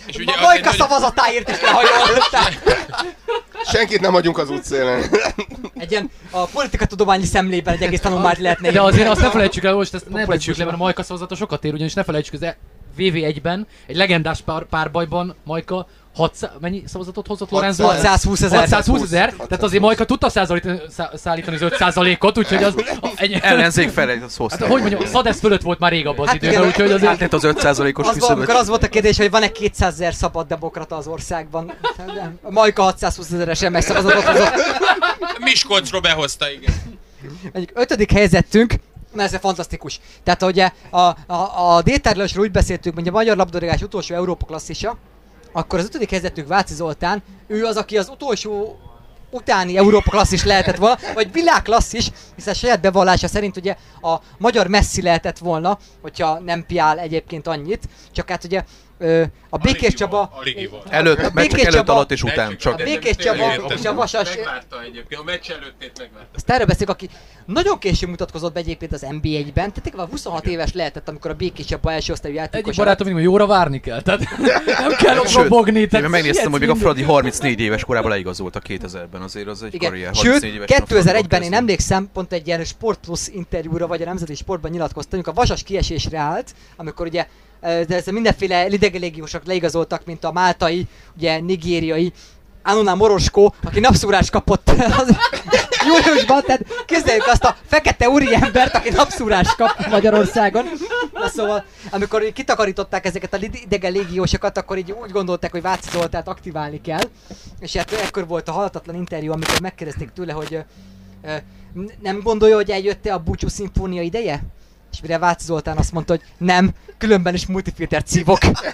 Majka szavazatáért is lehajoltál. Senkit nem hagyunk az útszélen. Egy ilyen a politikatudományi szemlében egy egész tanulmányt lehetne. De azért azt ne felejtsük el, most ezt ne felejtsük le, mert a Majka szavazata sokat ér, ugyanis ne felejtsük, az VV1-ben, egy legendás párbajban Majka mennyi szavazatot hozott Lorenzo? 620 000. 620 000, tehát azért Majka tudta szállítani az 5%-ot, úgyhogy az... Ellenzék felé az hozta. Hát hogy mondjam, Szadesz fölött volt már rég abban az időben, úgyhogy azért... Hát az 5%-os küszöböt. Amikor az volt a kérdés, hogy van-e 200 000 szabad demokrata az országban. A Majka 620 000 SMS szavazatot hozott. Miskolcról behozta, igen. Egyik 5. helyzetünk, na ez fantasztikus. Tehát ugye a D-tárgyalásról úgy beszéltünk, hogy a magyar labdarúgás utolsó Európa klasszisa, akkor az 5. helyzetünk Váci Zoltán, ő az, aki az utolsó utáni Európa klasszis lehetett volna, vagy világ klasszis, hiszen saját bevallása szerint ugye a magyar Messi lehetett volna, hogyha nem piál egyébként annyit, csak hát ugye a Békés Csaba... Előtt, meccsek előtt, alatt és után. A Békés Csaba és a Vasas... Megvárta egyébként, a meccs előttét megvárta. Azt erről beszélünk, aki nagyon későn mutatkozott be egyébként az NB1-ben, tehát 26 éves lehetett, amikor a Békés Csaba első osztályú játékos. Egyik barátom mindig, hogy jóra várni kell, tehát nem kell ott robogni. Én megnéztem, hogy még a Fradi 34 éves korában leigazolt a 2000-ben, azért az egy karrier. Sőt, 2001-ben én emlékszem, pont egy ilyen Sport Plus interjúra, vagy a Nemzeti Sportban nyilatkoztunk, a Vasas kiesésre állt, amikor ugye de ez mindenféle idegelégiósok leigazoltak, mint a máltai, ugye nigériai Anuna Morosko, aki napszúrást kapott az júliusban, tehát képzeljük azt a fekete úriembert, aki napszúrást kap Magyarországon. Na szóval, amikor kitakarították ezeket a idegen légiósokat, akkor így úgy gondolták, hogy Váci Zoltánt aktiválni kell. És hát ekkor volt a halhatatlan interjú, amikor megkérdezték tőle, hogy nem gondolja, hogy eljött-e a búcsú szimfónia ideje? És mire Váci Zoltán azt mondta, hogy nem, különben is multifiltert szívok.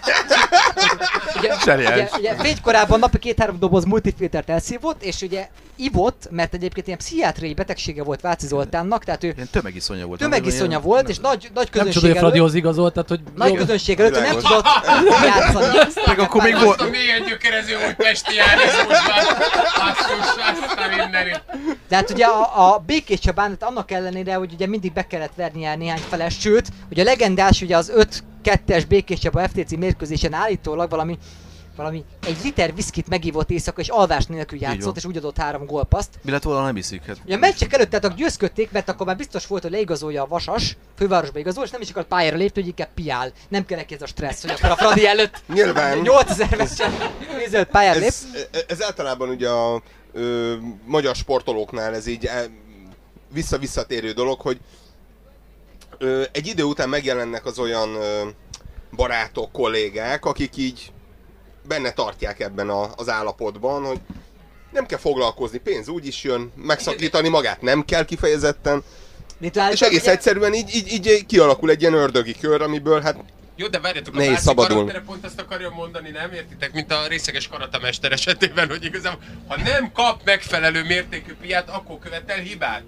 ugye fénykorában napi 2-3 doboz multifiltert elszívott, és ugye ivott, mert egyébként ilyen pszichiátriai betegsége volt Váci Zoltánnak, tehát ő ilyen tömegiszonya volt. Tömegiszonya volt, és nagy közönség nem csoda, hogy Fradihoz igazolt, tehát hogy... Nagy közönség előtt nem tudott játszani. Meg akkor még volt... Azt a mélyen gyökerező újpesti járásmódban. Aztán mindenit. De hát ugye a Békés Csabán, annak ellenére, hogy ugye mindig be kellett vernie néhány feles, sőt, ugye a legendás ugye az 5-2-es Békés Csaba FTC mérkőzésen állítólag valami 1 liter viszkit megívott éjszaka, és alvás nélkül játszott, és úgy adott 3 gólpaszt. Mi lett volna, nem iszik? Hát. Ugye a meccsek előtt tehát győzködték, mert akkor már biztos volt, hogy leigazolja a Vasas, fővárosba igazol, és nem is akart pályára lépni, hogy inkább piál. Nem kell neki ez a stressz, hogy akkor a Fradi előtt nyilván 8000 meccsen nézőt pályára lép. Ez általában ugye a magyar sportolóknál ez így visszatérő dolog, hogy egy idő után megjelennek az olyan barátok, kollégák, akik így benne tartják ebben az állapotban, hogy nem kell foglalkozni, pénz úgy is jön, megszakítani magát nem kell kifejezetten, és egész egyszerűen így kialakul egy ilyen ördögi kör, amiből hát jó, de várjatok, a Váci karaktere pont ezt akarja mondani, nem értitek? Mint a részeges karatamester esetében, hogy igazából, ha nem kap megfelelő mértékű piát, akkor követel hibát.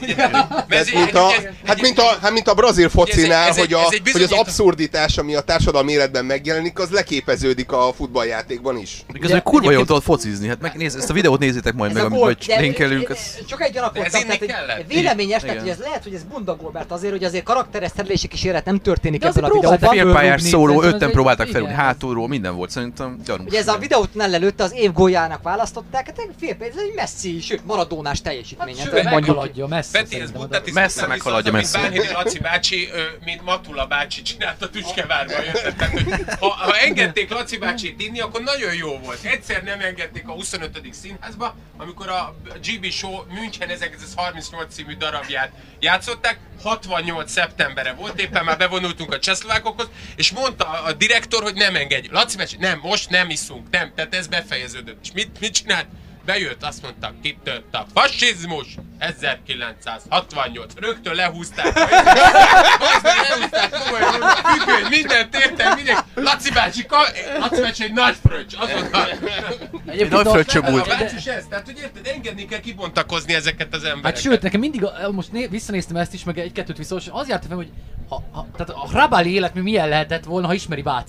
Mint a brazil focinál, hogy az abszurditás, ami a társadalmi életben megjelenik, az leképeződik a futballjátékban is. Igazán kurva jól tudod focizni, hát megnézd, ezt a videót nézzétek majd meg, amit linkelünk. Csak egy gyanakodtam, tehát véleményes, hogy ez lehet, hogy ez bundagól, mert azért, hogy azért karakteres szerelési kísérlet nem történik ebben a videóban. Félpályás szóló, 5-en próbáltak felülni hátulról, minden volt, szerintem gyanús. Ugye ez a videót lelőtte, az év góljának választották, hát félpályás, ez egy Messi, sőt Maradónás teljesítmény. Peti, ez messze meghaladja messze. Mint Bánhidi Laci bácsi, mint Matula bácsi csinálta Tüskevárban, jöttet. Ha engedték Laci bácsit inni, akkor nagyon jó volt. Egyszer nem engedték a 25. színházba, amikor a GB Show München 1938 című darabját játszották. 68. szeptembere volt, éppen már bevonultunk a csehszlovákokhoz, és mondta a direktor, hogy nem engedj. Laci bácsi, nem, most nem iszunk, nem, tehát ez befejeződött. És mit csinált? Bejött, azt mondta, kitört a fasizmus 1968. Rögtön lehúzták. Lehúzták függöny, mindent értem, Laci bácsi egy nagy fröccs, azonnal. Egy nagy fröccsöm volt. A bácsi is ez, tehát hogy érted, engedni kell kibontakozni ezeket az embereket. Hát sőt, nekem mindig, most visszanéztem ezt is, meg egy-kettőt vissza, az járta fel, hogy tehát a Hrabali élet milyen lehetett volna, ha ismeri Vácit.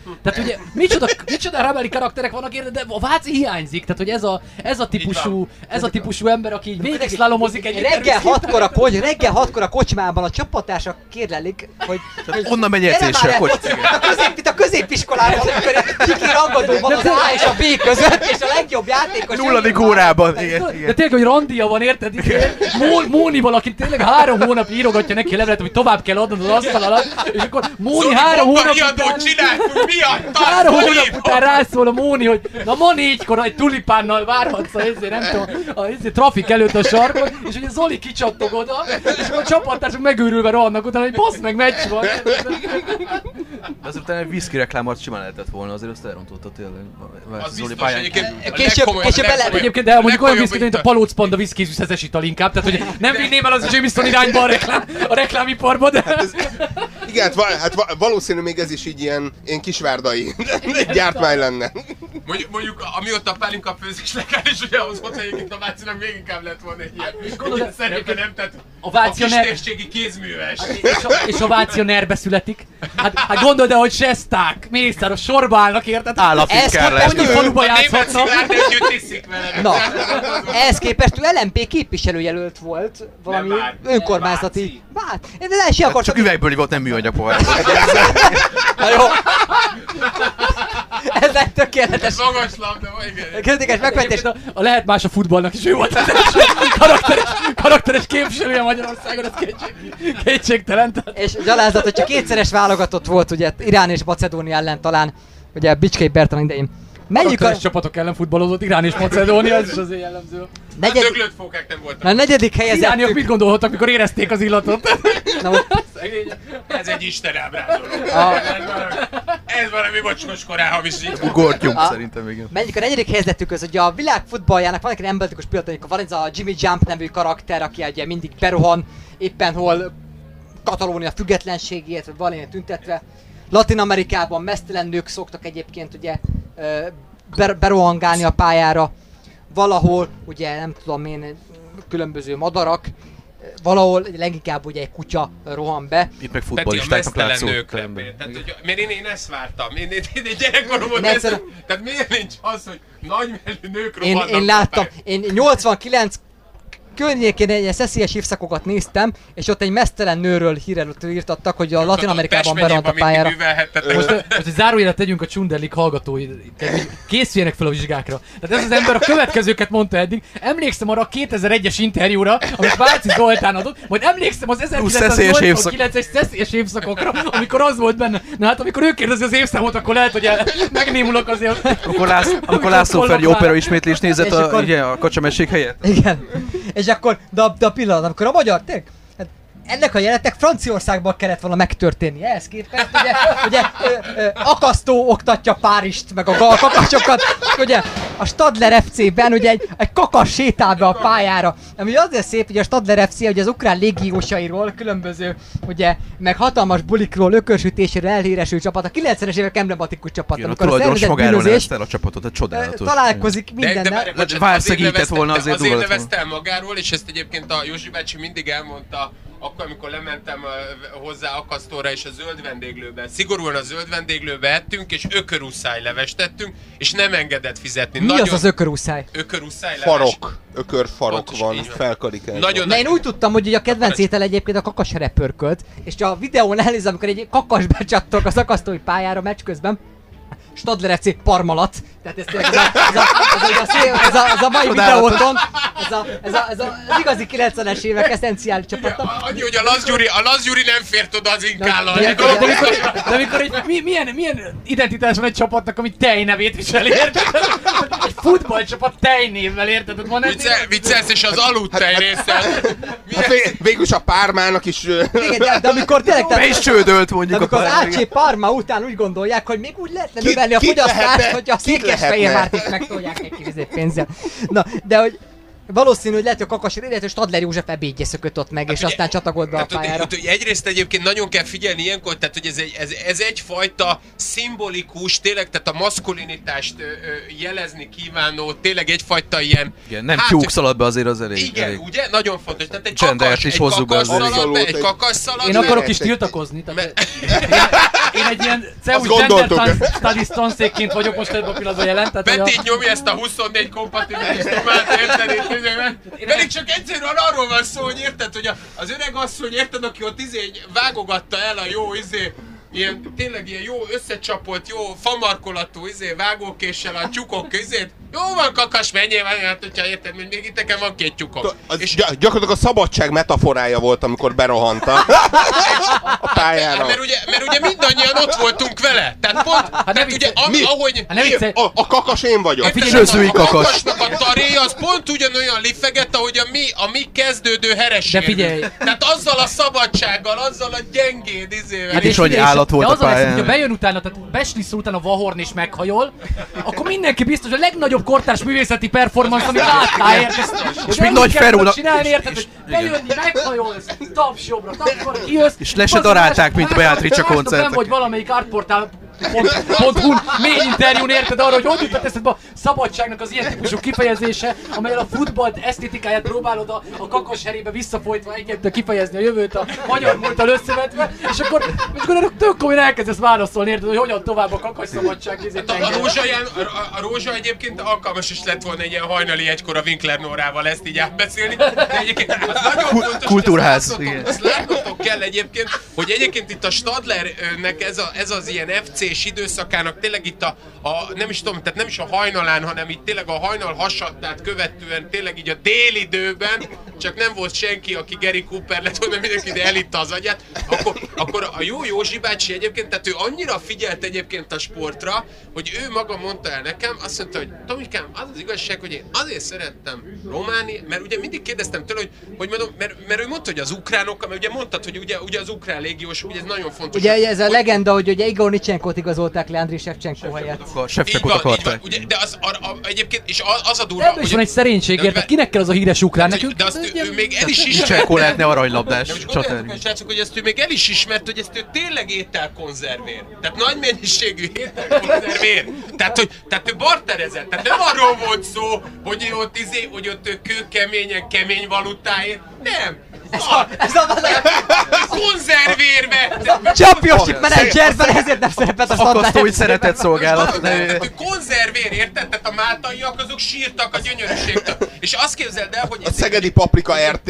Tehát ugye micsoda rabeli karakterek vannak érde, de a Váci hiányzik. Tehát hogy ez a típusú ember, aki így végig szlálomozik egy reggel 6-kor a kocsmában a csapatársak kérlelik, hogy onnan megy edzésre a kocs. Itt a középiskolában, amikor kiki rangadó van az A és a B között, és a legjobb játékos... 0. órában. De tényleg, hogy randia van, érted? Mónival, aki tényleg 3 hónap írogatja neki a levelet, hogy tovább kell adnod az asztal alatt, és akkor Móni 3 hónap után... csináltunk, miatt? 3 hónap után rászól a Móni, hogy na ma 4-kor egy tulipánnal várhatsz nem tudom, a trafik előtt a sarkon, és ugye Zoli kicsattog oda, és akkor a csapattársak megőrülve rohannak utána, hogy bassz meg, meccs van. De azért utána egy whisky reklámot simán lehetett volna, azért azt elrontotta tényleg. Az biztos egyébként Egyébként, de mondjuk olyan whisky, mint a Palóc Panda whisky-szezes ital inkább, tehát hogy nem vinném el az Jameson irányba a reklámiparba, de... Igen, hát valószínű még ez is így ilyen kisvárdai gyártmány lenne. Mondjuk amióta a pálinka főzés legális, ugye ahhoz volt egyébként a Vácinak még inkább lett volna egy ilyen szerepe, nem? Tehát a kistérségi kézműves. És a Vácia nerbe születik. Hát gondold el, hogy Sesták, Mészáros sorba állnak, érted? Államtitkár lesz. Annyi faluba játszhatnak. Na, ehhez képest LMP képviselőjelölt volt valami önkormányzati... De el is akartam... Csak üvegből volt, nem műanyag pohár. Na jó. Ez egy tökéletes. Magas labda, igen. Kritikus megmentés. A lehet más a futballnak is ő volt az karakteres képviselője Magyarországon, ez kétségtelen. És gyalázat, hogy csak 2-szeres válogatott volt, ugye Irán és Macedónia ellen talán, ugye Bicskei Bertalan idején. Karakteres csapatok ellen futballozott Irán és Macedónia, ez is azért jellemző. Döglött fókák nem voltak. A 4. helyezettük. Irániak mit gondolhattak, mikor érezték az illatot? Ez egy isten ábrázoló. Ez valami mocskos korán hamisít. Gortyunk szerintem igen. Menjünk a 4. helyezettük az, hogy a világ futballjának van egy emblematikus pillanat, amikor van ez a Jimmy Jump nevű karakter, aki ugye mindig berohan, éppen hol Katalónia függetlenségét, vagy valamilyen tüntetve. Latin Amerikában meztelen nők szoktak egyébként ugye berohangálni a pályára. Valahol, ugye nem tudom én, különböző madarak, valahol leginkább ugye egy kutya rohan be. Itt meg futballistáknak látszó. Mert én ezt vártam. Én gyerekkoromban tehát miért nincs az, hogy nagymellű nők rohannak? Én láttam. Én 89 környékén egy szeszélyes évszakokat néztem, és ott egy meztelen nőről hírelőtt írtattak, hogy a Latin Amerikában berohant a pályára. Most egy zárójelet tegyünk a Csunderlik hallgatói, hogy készüljenek fel a vizsgákra. Tehát ez az ember a következőket mondta eddig. Emlékszem arra a 2001-es interjúra, amit Váci Zoltán adott, majd emlékszem az 1989-es szeszélyes évszakokra, amikor az volt benne. Na hát amikor ő kérdezi az évszámot, akkor lehet, hogy megnémulok azért. Amikor László Feri opera ismétlés nézett a kacsamesség helyett. Igen. És akkor, de a pillanat, amikor a magyar, hát ennek a jelenetnek Franciaországban kellett volna megtörténni. Ehhez képest ugye akasztó oktatja Párizst, meg a kakacsokat, ugye a Stadler FC-ben ugye egy kakas sétál be a pályára. Ami azért szép, hogy a Stadler FC ugye az ukrán légiósairól, különböző, ugye, meg hatalmas bulikról, ökörsütéséről elhíresült csapat, a 90-es évek emblematikus csapat. Igen, a tulajdonos magáról nevezte el a csapatot, csodálatos. Találkozik mindennel. Válszegített volna azért nevezte el magáról, és ezt egyébként a Józsi bácsi mindig elmondta, akkor, amikor lementem hozzá akasztóra és a zöld vendéglőbe. Szigorúan a zöld vendéglőbe ettünk, és ökörúszáj levest tettünk, és nem engedett fizetni. Mi az ökörúszáj? Ökörúszáj leves. Farok. Ökörfarok van, felkarikálva. Na én úgy tudtam, hogy ugye a kedvenc étel egyébként a kakasere pörkölt, és a videón elnézem, amikor egy kakas becsattok az akasztói pályára meccs közben, Stadler FC Parmalat, tehát ez tényleg ez a mai videóton, ez az igazi 90-es évek eszenciális csapata. Annyi, hogy a Lasz Gyuri nem fért oda az inkállal. De amikor milyen identitás van egy csapatnak, ami Tej nevét visel, érted? Egy futballcsapat Tej névvel, érted? Viccelsz, és az aludtej része. Végülis a Pármának is... Igen, de amikor tényleg... Be is csődölt mondjuk a Pármának. Amikor az AC Parma után úgy gondolják, hogy még úgy lehetne növelni a fogyasztást, hogy a Székesfehérvárt is megtolják egy kis pénzzel. Na, de hogy valószínű, hogy lehet, hogy a Kakas, illetve Stadler József ebédje szökött ott meg, és aztán csatagolt be a pályára. Egyrészt egyébként nagyon kell figyelni ilyenkor, tehát hogy ez egyfajta szimbolikus, tényleg, tehát a maszkulinitást jelezni kívánó, tényleg egyfajta ilyen... Igen, nem tyúk szalad be azért az elég. Igen, elég. Ugye? Nagyon fontos. Tehát egy kakas szalad be, egy kakas szalad. Én akarok is tiltakozni. én egy ilyen CEU Gender Studies tanszékként vagyok most ebben a pillanatban jelen. Peti nyomja ezt a 24 kompatibilis tomát, érted? Pedig csak egyszerűen arról van szó, hogy érted, hogy az öreg asszony, érted, aki ott vágogatta el a jó ilyen, tényleg ilyen jó összecsapolt, jó famarkolatú vágókéssel a tyúkok közét. Jó van, kakas, menjél, hát hogyha érted, még itt nekem van 2 tyúkom. Gyakorlatilag a szabadság metaforája volt, amikor berohant a pályára. Mert ugye mindannyian ott voltunk vele. Tehát pont, ahogy... A kakas én vagyok. Sőzői kakas. A kakasnak a taréja az pont ugyanolyan lifeget, ahogy a mi kezdődő herességünk. Tehát azzal a szabadsággal, azzal a gyengéd Hát is, hogy állat volt a pályán. Hogyha bejön utána, tehát beslisszul utána a Vahorn és meghajol, akkor mindenki biztos, hogy a legnagyobb kortárs művészeti performance, amit láttál, érted? És még Nagy Ferúnak... csinálni, érted, hogy bejönni, meghajolsz, taps jobbra, taps balra, kijössz... És le se darálták, mint Beatrice koncertek. Nem vagy valamelyik artportál.hu mély interjún, érted arra, hogy jutott eszedbe a szabadságnak az ilyen típusú kifejezése, amelyen a futball esztétikáját próbálod a kakas herébe visszafolytva egyébként kifejezni a jövőt a magyar múlttal összevetve, és akkor tök komolyan elkezdesz válaszolni, érted, hogy hogyan tovább a kakas szabadság. A Rózsa egyébként alkalmas is lett volna egy ilyen hajnali egykor a Winkler Nórával ezt így átbeszélni, de egyébként az nagyon fontos, kultúrház. Azt látnotok kell egyébként, hogy egyébként itt a Stadlernek ez az ilyen FC-s időszakának tényleg itt nem is tudom, tehát nem is a hajnalán, hanem itt tényleg a hajnal hasadtát követően tényleg így a délidőben, csak nem volt senki, aki Gary Cooper lett volna, mindenki ide elitta az agyát, akkor a jó Józsi bácsi egyébként, tehát ő annyira figyelt egyébként a sportra, hogy ő maga mondta el nekem, azt mondta, hogy Tomikám, az igazság, hogy én azért szerettem Romániát, mert ugye mindig kérdeztem tőle, hogy mondom, mert ő mondta, hogy az ukránokkal, mert ugye mondtad, hogy ugye az ukrán légiós, ugye ez nagyon fontos. Ugye ez a legenda, hogy ugye Igor Nicsenkót igazolták le Andriy Shevchenko helyett. Shevchenkót akarták. Ugye, de egyébként, és az a durva, hogy... is van egy szerénység, érted? Kinek kell az a híres ukrán nekünk? De azt ő még el is ismert. Nicsenkó lehetne aranylabdás csatár. Srácok, hogy ezt ő még el is ismert, hogy ezt ő tényleg ételkonzervér. Tehát nagy mennyiségű ételkonzervér. Tehát ő barterezett. Tehát nem arról volt szó, hogy ott ő kőkeményen, kemény valutáért. Nem. Ez a konzervérbe! Championship menedzserben, ezért nem szerepelt a Stadler. Akasztói szeretett szolgálat. Tehát konzervér, érted? Tehát a máltaiak azok sírtak a gyönyörűségtől. És azt képzeld el, hogy... A szegedi paprika RT.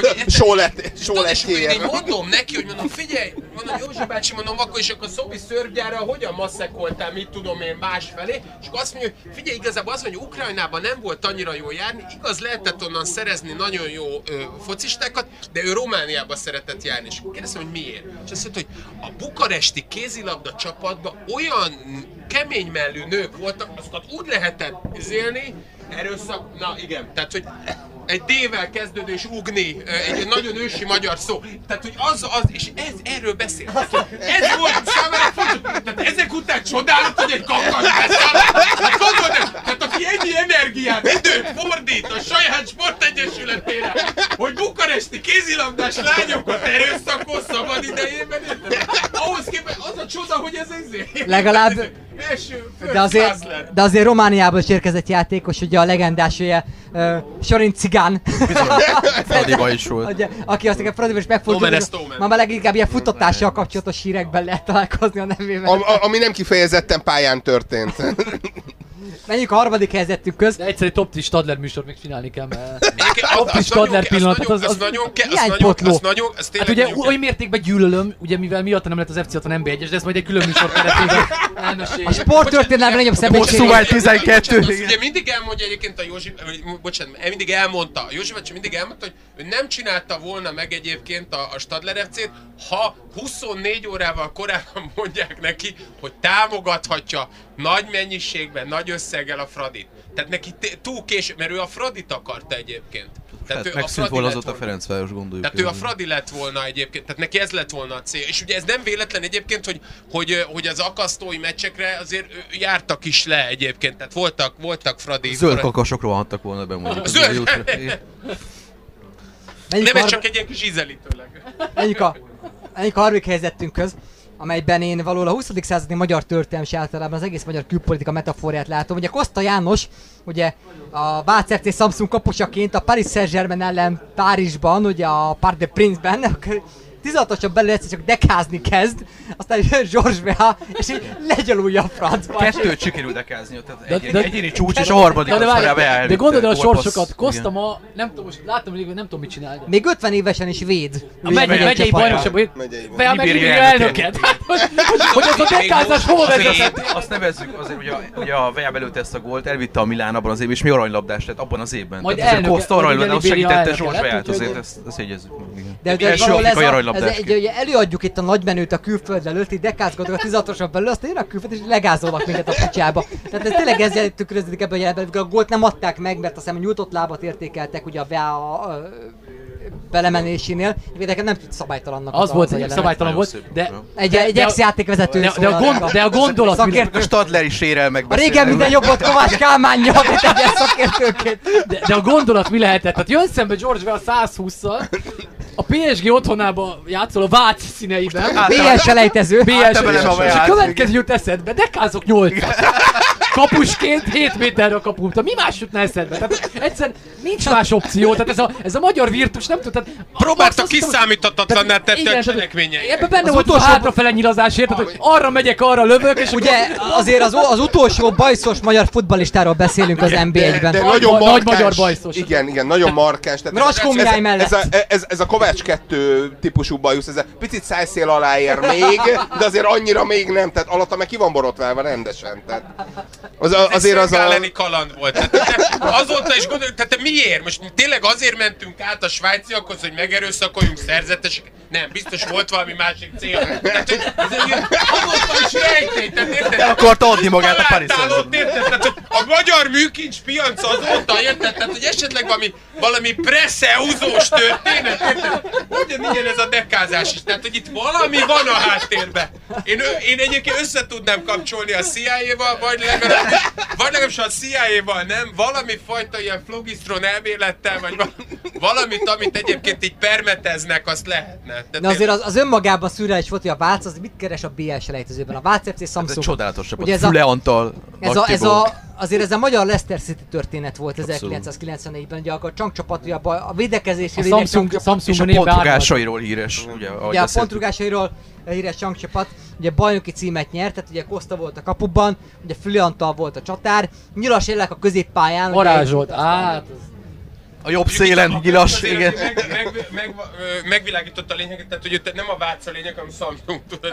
Sóletjér. Én mondom neki, hogy mondom, figyelj, mondom, Józsi bácsi, mondom, akkor is akkor Szobi szörgyára hogyan masszekoltál, mit tudom én másfelé, és akkor azt mondja, hogy figyelj, igazából az, hogy Ukrajnában nem volt annyira jó járni, igaz, lehetett onnan szerezni nagyon jó focistákat, de ő Romániába szeretett járni, és kérdeztem, hogy miért. És azt mondta, hogy a bukaresti kézilabda csapatban olyan kemény mellű nők voltak, azokat úgy lehetett élni, erőszak, na igen, tehát hogy egy D-vel kezdődő és ugni, egy nagyon ősi magyar szó. Tehát, hogy és erről beszél. Ez volt számára fontos. Tehát ezek után csodálod, hogy egy kakas beszél. Hát gondold el, tehát aki ennyi energiát, időt fordít a saját sportegyesületére, hogy bukaresti kézilabdás lányokat erőszakol szabad idejében, ahhoz képest az a csoda, hogy ez ezért. Legalább, de azért Romániából is érkezett játékos, ugye a legendás Sorin Cigán. Fradiba is volt. Ugye, aki azt nekem Fradiba is megfordult, már leginkább ilyen futtatással kapcsolatos hírekben lehet találkozni a nevével. Ami nem kifejezetten pályán történt. Menjünk a harmadik helyzetünkhöz. De egyszerű top 10 Stadler műsort még csinálni kell, mert... Top 10 Stadler pillanat, az potló. Hát ugye oly mértékben gyűlölöm, ugye mivel miatta nem lett az FC 60 NB1-es, de ez majd egy külön műsor keretében elmeséljük. A sporttörténelem legnagyobb személység. Hosszúvágy 12. Ugye mindig elmondja egyébként a Józsi, bocsánat, mindig elmondta, a Józsi bácsi mindig elmondta, hogy ő nem csinálta volna meg egyébként a Stadler FC-t, ha 24 órával korábban mondják neki, hogy támogathatja nagy mennyiségben, nagy összeggel a Fradit. Tehát neki túl késő, mert ő a Fradit akarta egyébként. Tehát megszűnt volna az ott a Ferencváros, gondoljuk. Tehát ő a Fradi lett volna egyébként, tehát neki ez lett volna a cél. És ugye ez nem véletlen egyébként, hogy az akasztói meccsekre azért jártak is le egyébként, tehát voltak Fradi... Zöld kakasok rohantak volna be mondjuk. Zöld! Nem, ez csak egy ilyen kis ízelítőleg. Menjünk a harmadik helyzetünkhöz, amelyben én valahol a 20. századi magyar történelem és általában az egész magyar külpolitika metaforját látom. Ugye Koszta János, ugye a Vác FC Samsung kapusaként a Paris Saint-Germain ellen Párizsban, ugye a Parc des Princes-ben 16-oson belül egyszer csak dekázni kezd, aztán jön George Weah, és így legyalulja a francba. 2-t sikerül dekázni, tehát egyéni csúcs, és a harmadik az már elvitte. De gondolod a sorsokat, Costa ma, nem tudom, most láttam, hogy nem tudom mit csinálni. Még 50 évesen is véd. A megyei bajnokságban, Weah meg Libéria elnöket. Hogy az a dekázás hol vezetett? Azt nevezzük, azért ugye a Weah belőtte ezt a gólt, elvitte a Milán abban az évben, és mi aranylabdás lett abban az évben. Majd tehát elnök, Costa aranylabdás segítette George elnöke, Weah-t, azért ezt jegyezzük meg. De Első afrikai aranylabdás. előadjuk itt a nagymenőt a külföld előtt, így dekázgatok a 16-oson belül, aztán jön a külföld, és legázolnak minket a picsába. Tehát ez tényleg ezzel tükröződik ebben a jelenben, a gólt nem adták meg, mert azt hiszem nyújtott lábat értékeltek ugye a Weah belemenésénél, nekem nem tűnt szabálytalannak. Az volt, hogy szabálytalan volt, de egy ex-játékvezető de a gondolat... A Stadler is sérel meg. A régen minden jobb volt Kovács Kálmánnyal, mint egy szakértőként. De a gondolat mi lehetett? Tehát jön szembe George Weah 120-szal, a PSG otthonában játszol a Vác színeiben. BS selejtező. És a következő jut eszedbe, dekázok 8-at. Kapusként 7 méterre a kaput. Mi más jutna eszedbe? Tehát egyszerűen nincs más opció. Tehát ez a magyar virtus nem tud. Próbálta kiszámíthatatlanná tette a cselekményeit. Ebben benne volt a hátrafele nyilazásért, tehát hogy arra megyek, arra lövök, és ugye azért az utolsó bajszos magyar futballistáról beszélünk az NB1-ben. De nagyon nagy magyar bajszos. Igen, nagyon markáns. Raskó Mihály mellett. Ez a Kovács 2 típusú bajusz, ez a picit szájszél alá ér még, de azért annyira még nem, tehát alatta meg ki van borotválva rendesen. Tehát azért az a... kaland volt. Azóta is gondoljuk, tehát miért? Most tényleg azért mentünk át a svájciakhoz, hogy megerőszakoljunk szerzetesek? Nem, biztos volt valami másik cél. Tehát, hogy azóta is rejtély, tehát érted? Akarta adni magát a Paris Saint-Germain. A magyar műkincs piac azóta, érted? Tehát, hogy esetleg valami presseúzós történet, érted? Ugyanilyen ez a dekázás is, tehát, hogy itt valami van a háttérben. Én egyébként össze tudnám kapcsolni a CIA-val, vagy legalábbis a CIA-val nem, valami fajta ilyen flogisztron elmélettel, vagy valamit, amit egyébként így permeteznek, azt lehetne. De azért az önmagában szürreális volt, hogy a Vác az mit keres a BL selejtezőben? A Vác FC Samsung. Ez csodálatos csapat. Füle Antal, azért ez a magyar Leicester City történet volt 1994-ben, ugye akkor a csankcsapat, ugye a védekezési lényeg Samsung és a pontrugásairól híres. Ugye a pontrugásairól híres csankcsapat, ugye bajnoki címet nyert, tehát ugye Costa volt a kapuban, ugye Füle Antal volt a csatár, Nyilas Élek a középpályán. Varázsolt, a jobb szélen Nyilas, igen. Megvilágította a lényeget, tehát hogy nem a Vác a lényeg, hanem Samsung, tudod.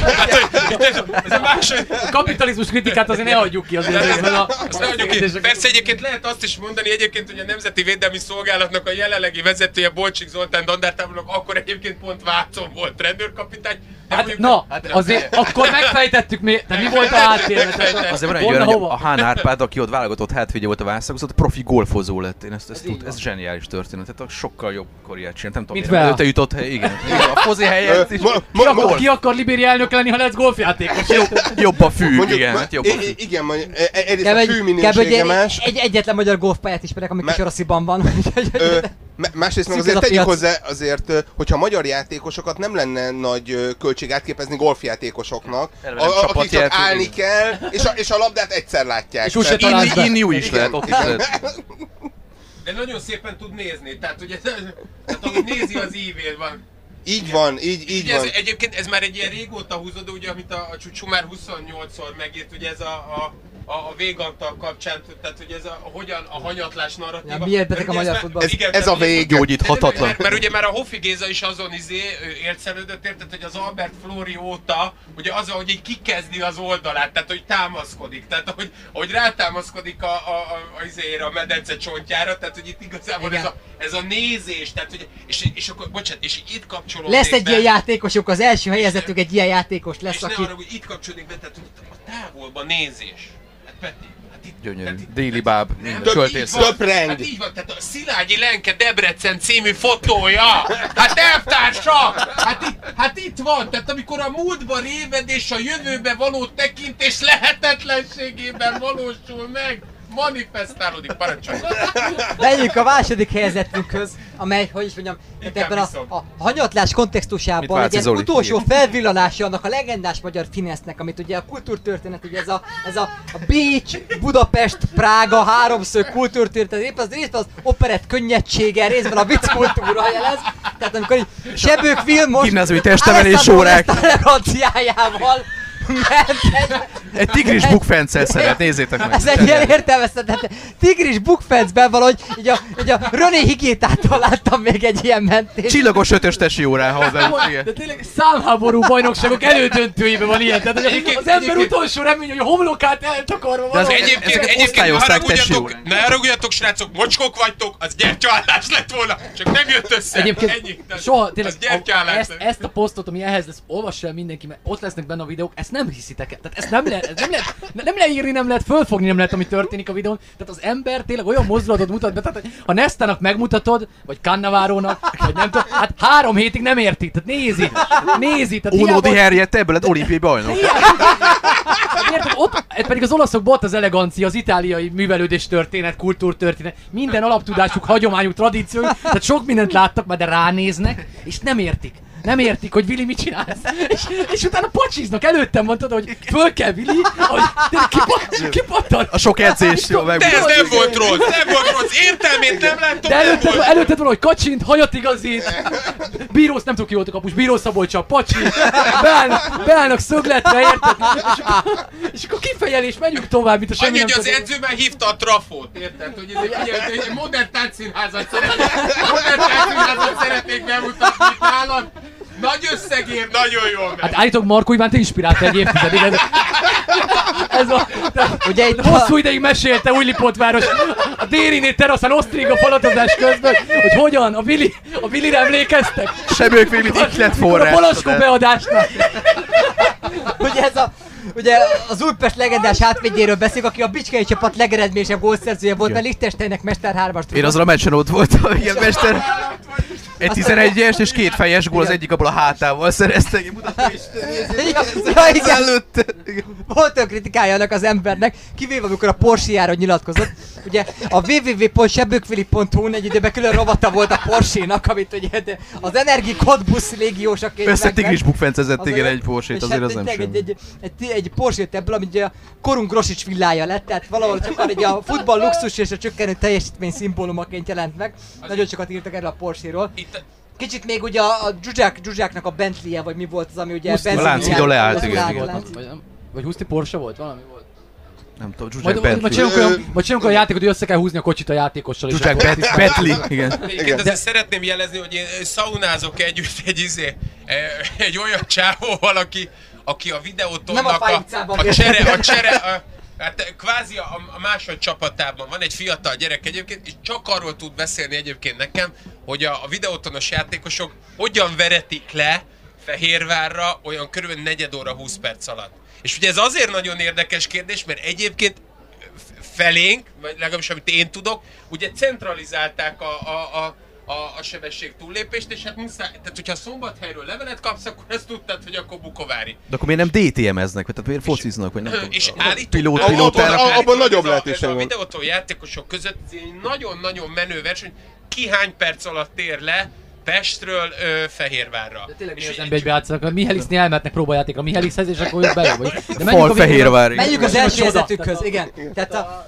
Ez a második... A kapitalizmus kritikát azért ne adjuk ki azért. Azt ne adjuk ki. Persze egyébként lehet azt is mondani, hogy a Nemzeti Védelmi Szolgálatnak a jelenlegi vezetője Bolcsik Zoltán dandártábornok akkor egyébként pont Vácon volt rendőrkapitány. Azért akkor megfejtettük mi volt a háttérben. Azért van egy olyan, hogy a Hán Árpád, aki ott válogatott hátvédje volt a Vászlagozott, profi golfozó lett. Én ez zseniális történet, tehát sokkal jobb karriert csinált. Nem tudom, hogy előtte jutott, igen. A fozi helyet is. Ki akar Libéria elnök lenni, ha lesz golfjátékos? Jobb a fű, igen. Igen, egyrészt a fű minősége más. Egyetlen magyar golfpályát ismerek, ami Kisarasziban van. Másrészt meg azért tegyük hozzá, azért, hogyha magyar játékosokat nem lenne nagy költség átképezni golfjátékosoknak, akik csak állni kell, és a labdát egyszer látják. És úgy se találsz be. Inni is lehet, ott is lehet. De nagyon szépen tud nézni, tehát ugye, ahogy nézi az ívén van. Így van, így van. Egyébként ez már egy ilyen régóta húzódó, ugye, amit a Csúcsú már 28-szor megírt, ugye ez a Végantal kapcsán, tehát hogy ez hogyan a hanyatlás narratíva. Ja, miért beteg a magyar futball? Ez a vég. Gyógyíthatatlan. Mert ugye már a Hoffi Géza is azon élcelődött, érted, hogy az Albert Flóri óta, ugye az, hogy így kikezdi az oldalát, tehát hogy támaszkodik, tehát hogy rátámaszkodik a medence csontjára, tehát hogy itt igazából ez a nézés, tehát hogy, és akkor, bocsánat, és itt kapcsolódik. Lesz egy ilyen játékosuk, az első helyezettük egy ilyen játékos lesz, és aki... És ne arra, hogy itt kapcsolódik be, tehát hogy a távolban nézés. Hát Peti, hát itt... Gyönyörű. Déli báb, Töpreng. Hát így van, tehát a Szilágyi Lenke Debrecen című fotója! Hát elvtársak! Hát itt van, tehát amikor a múltba réved és a jövőbe való tekintés lehetetlenségében valósul meg, manifestálódik, parancsolj. Menjünk a második helyzetünkhöz, amely, hogy is mondjam, ebben a hanyatlás kontextusában egy ilyen utolsó felvillanása annak a legendás magyar finesznek, amit ugye a kultúrtörténet, ugye ez a Bécs, Budapest, Prága háromszög kultúrtörténet, épp az operett könnyedsége, részben a vicc kultúra jelez. Tehát amikor így Sebők Vilmos gimnáziumi testemelés órák eleganciájával egy tigris bukfencel szeret, nézzétek meg. Ez egy ilyen értelmeztetett tigris bukfencben valahogy, így a René Higétától láttam még egy ilyen mentést. Csillagos ötös tesi órán hozzá. De tényleg számháború bajnokságok elődöntőiben van ilyen, tehát az ember utolsó remény, hogy a homlokát eltakarva van. Egyébként ne haragudjatok, srácok, mocskok vagytok, az gyertyállás lett volna, csak nem jött össze. Egyébként soha tényleg ezt a posztot, ami ehhez lesz, olvassa el mindenki, mert ott lesznek benne a videók, ezt nem hiszitek el. Tehát ezt nem lehet írni, nem lehet fölfogni, nem lehet, ami történik a videón. Tehát az ember tényleg olyan mozdulatot mutat be, tehát ha Nestának megmutatod, vagy Cannavárónak, vagy nem tudom, hát 3 hétig nem érti. Tehát nézi. Unódi Henriette, ebből lett olimpiai bajnok. Érted, ott pedig az olaszokban ott az elegancia, az itáliai művelődés történet, kultúrtörténet, minden alaptudásuk, hagyományuk, tradíciójuk, tehát sok mindent láttak, de ránéznek, és nem értik. Nem értik, hogy Vili mit csinál. És utána pacsiznak. Előttem mondtad, hogy föl kell Vili, hogy kipattan. A sok edzés jó meg. De ez nem volt rossz, értelmét nem láttam. De előtted valahogy kacsint, hajat igazít. Bírósz, nem tudom ki volt a kapus, Bíró Szabolcsa, pacsi. Beállnak szögletre, érted? És akkor kifejelés, menjünk tovább, mint a semmi nem az edző már hívta a trafót, érted? Hogy ez egy modern táncszínházat szeretnék bemutatni itt nálad. Nagy összegért, nagyon jól megy. Hát állítólag Markó Ivánt inspirálta egy évtizedig. Ugye itt hosszú ideig mesélte Újlipótváros a Dériné teraszán osztriga falatozás közben, hogy hogyan, a Vilire emlékeztek? Sebők Vili itt lett forrás. A Palaskó beadásnak. Ugye az Újpest legendás hátvédjéről beszélünk, aki a Bicskei csapat legeredményesebb gólszerzője volt, mert Liechtensteinnek Mester 3-ast. Én azon a meccsen ott voltam, igen, Mester. Egy 11-es és 2 fejes gól, az egyik abból a hátával szerezte, én mutatom is. Igen. Volt olyan kritikája annak az embernek, kivéve amikor a Porsche-járól nyilatkozott. Ugye a www.sebőkvili.hu egy időben külön rovata volt a Porsche-nak, amit ugye az Energi Cottbus légiósaként persze tigris bukfencezett, igen, egy Porsche-t, azért az nem semmi. Egy Porsche-t ebből, amit ugye a korunk Grosics villája lett, tehát valahol csak ugye a futball luxus és a csökkenő teljesítmény szimbólumaként jelent meg. Nagyon sokat írtak erről a Porsche-ról. Kicsit még ugye a Zsuzsáknak a Bentley-je, vagy mi volt az, ami ugye a Láncvidó leállt, igen. Vagy Huszti Porsche volt? Valami volt? Nem tudom, Zsuzsák Bentley. Majd csinálunk olyan játékot, hogy össze kell húzni a kocsit a játékossal. Zsuzsák Bentley, igen. Egyébként azért szeretném jelezni, hogy én szaunázok együtt egy olyan csávóval, aki a videótonnak a csere, hát kvázi a másod csapatában van egy fiatal gyerek egyébként, és csak arról tud beszélni egyébként nekem, hogy a videótonos játékosok hogyan veretik le Fehérvárra olyan körülbelül 4 óra 20 perc alatt. És ugye ez azért nagyon érdekes kérdés, mert egyébként felénk, vagy legalábbis amit én tudok, ugye centralizálták a sebesség túllépést, és hát muszáj, tehát hogyha Szombathelyről levelet kapsz, akkor ezt tudtad, hogy akkor Bukovári. De akkor miért nem DTM-eznek, tehát miért fociznak, vagy nem tudom. És abban nagyobb lehetőség van. A videótól játékosok között egy nagyon-nagyon menő verseny, ki hány perc alatt ér le Pestről Fehérvárra. De tényleg az ember egybeátszanak, Mihálysznél elmehetnek próbajátékra Mihályszhez, és akkor ők bejön. Fal Fehérvárig. Menjünk az első helyzetünkhöz, igen. Tehát a...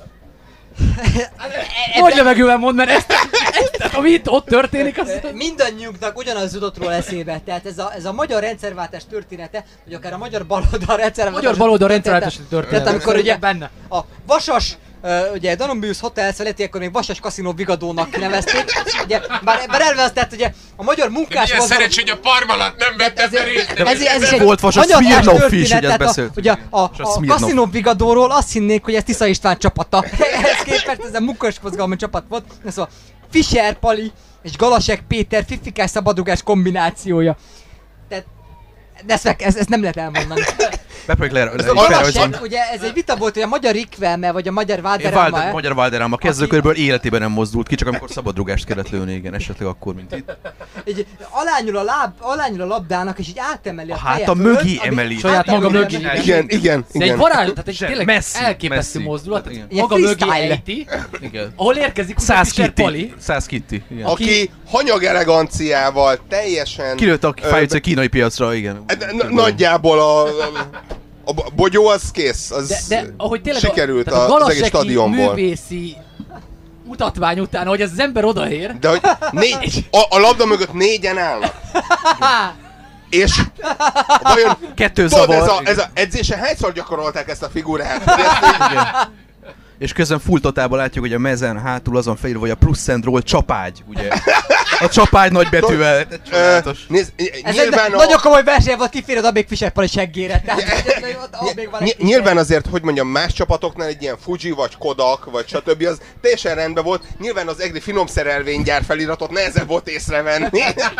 Nagy levegően mond, mert ezt ami itt ott történik, az... Mindannyiunknak ugyanaz jutott róla eszébe, tehát ez a magyar rendszerváltás története, vagy akár a magyar baloldal rendszerváltás története. Tehát amikor ugye benne a Vasas, ugye Danubius Hotel Szeleti, akkor még Vasas Kaszinó Vigadónak nevezték, ugye, bár elve az, tehát ugye a magyar munkás... Milyen szerencsé, hogy a Parmalat nem vette fel ez is egy volt Vasas Smirnov is, hogy ezt beszélt. Ugye a Kaszinó Vigadóról azt hinnék, hogy ez Tisza István csapata. Ehhez képest ez a munkás mozgalmi csapat volt. Szóval Fischer Pali és Galasek Péter fifikás szabadugás kombinációja. Tehát ezt nem lehet elmondani. Ugye ez egy vita volt, hogy a magyar Rikvelme, vagy a magyar Valderrama. Magyar Valderrama kezdőkörből életében nem mozdult ki, csak amikor szabadrugást kellett lőni, igen, esetleg akkor, mint itt. Így alányul a labdának, és így átemeli a hát a mögé emeli. Saját maga mögé. Igen. De egy varázs, tehát egy tényleg elképesztő mozdulat. Maga mögé ejti, ahol érkezik Fischer Pali. Száz Kitty. Aki hanyag eleganciával teljesen... Kilőtt a Fájc kínai piacra, igen. Nagyjából a bogyó az kész, az de ahogy tényleg sikerült az egész stadionból. Művészi mutatvány után, hogy ez az ember odaér. De hogy a labda mögött 4-en állnak. És vajon ez a edzésen hányszor gyakorolták ezt a figurát? És közben full totálban látjuk, hogy a mezen hátul azon felírva, hogy a plusz and roll csapágy, ugye? A csapágy nagybetűvel. Nagyon komoly verseny volt, kiféred a még Fischer Pali seggére. Nyilván azért, hogy mondjam, más csapatoknál egy ilyen Fuji, vagy Kodak, vagy stb. Az teljesen rendben volt. Nyilván az egri finomszerelvénygyár feliratot nehezebb volt észrevenni.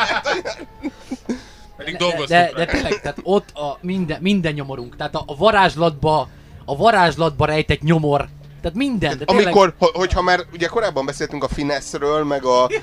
De tényleg, tehát ott minden nyomorunk. Tehát a varázslatba rejtett nyomor. Tehát minden. De tényleg... Amikor, hogyha már ugye korábban beszéltünk a fineszről, meg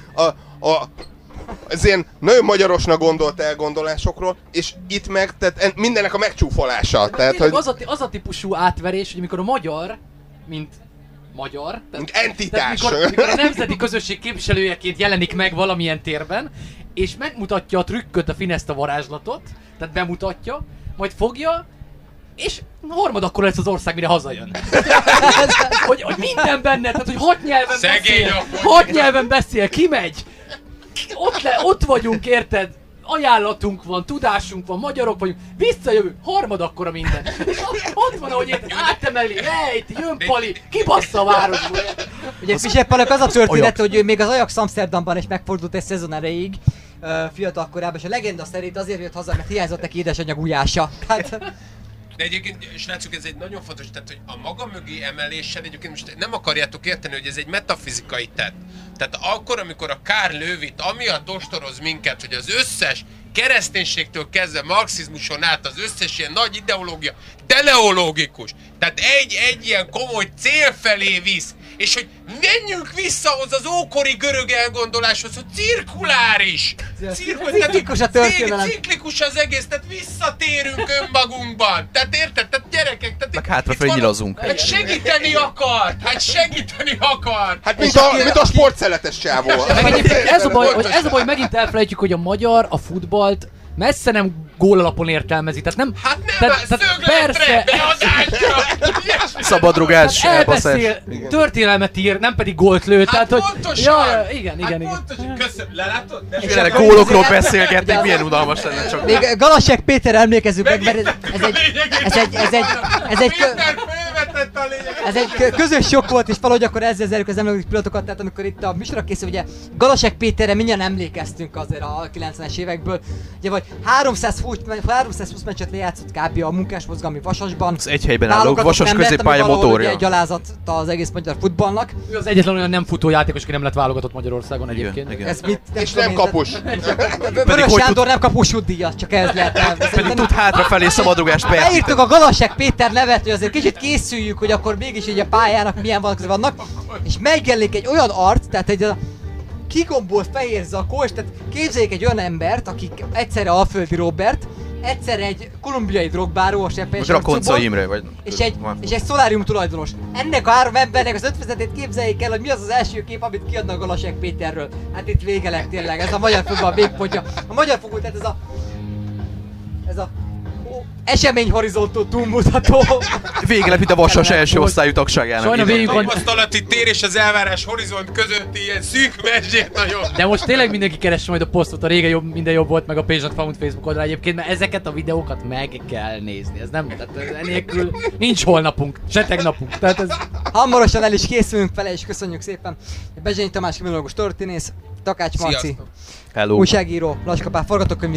az ilyen nagyon magyarosnak gondolt elgondolásokról, és itt meg, tehát mindennek a megcsúfolása. Tehát, hogy... az a típusú átverés, hogy amikor a magyar, mint magyar, mint entitás. Mikor a nemzeti közösség képviselőjeként jelenik meg valamilyen térben, és megmutatja a trükköt, a fineszt, a varázslatot, tehát bemutatja, majd fogja, és harmadakkor lesz az ország, mire hazajön. hogy minden benne, tehát hogy 6 nyelven beszél, kimegy. Ott vagyunk, érted? Ajánlatunk van, tudásunk van, magyarok vagyunk, visszajövünk, harmadakkora minden. És ott van, ahogy érted, átemeli, lejti, jön Pali, kibassza a városból. Ugye Fischer Palinak az a történet, hogy ő még az Ajax Amsterdamban is megfordult egy szezon erejéig, fiatal korában, és a legenda szerint azért jött haza, mert hiányzott neki édesanyja gulyása. De egyébként, srácok, ez egy nagyon fontos, tehát, hogy a maga mögé emeléssel egyébként most nem akarjátok érteni, hogy ez egy metafizikai tett. Tehát akkor, amikor a Karl Löwit amiatt ostoroz minket, hogy az összes kereszténységtől kezdve marxizmuson át az összes ilyen nagy ideológia teleológikus, tehát egy ilyen komoly cél felé visz, és hogy menjünk vissza az ókori görög elgondoláshoz, hogy cirkuláris! Ciklikus a történelem. Ciklikus az egész, tehát visszatérünk önmagunkban. Tehát érted? Tehát gyerekek, tehát meg hátrafelé nyilazunk. Hát segíteni akart! Hát mint a sportszeletes csávó. Ez a baj, megint elfelejtjük, hogy a magyar a futballt messze nem gól alapon értelmezi, tehát nem... Hát nem, szögletre, beadásra! Szabadrugás, elbeszél, történelmet ír, nem pedig gólt lő, tehát hogy... pontosan! Igen. Pontosan, köszönöm, lelátod? És gólokról beszélgetnek, milyen unalmas lenne csak. Még Galasek Péter emlékezünk meg, mert ez egy közös sok volt, és valahogy akkor ezzel zárjuk az emlékező pillanatokat, tehát amikor itt a műsorra készül, ugye Galasek Péterre mindjárt emlékeztünk azért a 90-es évekből, ugye vagy 320 meccset lejátszott kb. A munkásmozgalmi Vasasban. Az egy helyben álló Vasas középpálya motorja. Egy gyalázat az egész magyar futballnak. Ő az egyetlen olyan nem futó játékos, aki nem lett válogatott Magyarországon egyébként. Igen. Ez mit, és nem kapus. Vörös Sándor nem kap díjat, csak ez lehet. Pedig tud hátrafelé szabadrugást beérteni. Beírtuk a Galasek Péter nevet, hogy azért kicsit készüljük, hogy akkor mégis így a pályának milyen vannak, és megjelenik egy olyan arc, tehát egy kigombolt fehér zakó, és tehát képzeljék egy olyan embert, aki egyszerre Alföldi Robert, egyszerre egy kolumbiai drogbáró, a Seppes Rakonca Imre, vagy... és egy szolárium tulajdonos. Ennek a három embernek az ötvezetét képzeljék el, hogy mi az első kép, amit kiadnak Galasek Péterről. Hát itt vége lett tényleg, ez a magyar futball végpontja. A magyar futball, tehát ez a eseményhorizontól túlmutató. Vége lett, mint a Vasas első osztályú tagságának. Sajna végig van. A tapasztalati tér és az elvárás horizont közötti ilyen szűk mesdjét nagyon. De most tényleg mindenki keresse majd a posztot, a régen minden jobb volt, meg a Page Not Found Facebook oldalra egyébként, mert ezeket a videókat meg kell nézni. Ez nem, tehát enélkül nincs holnapunk, se tegnapunk. Tehát ez... Hamarosan el is készülünk vele, és köszönjük szépen. Bezsényi Tamás kriminológus történész, Takács Marci, újságíró, Laskapál forgatókönyv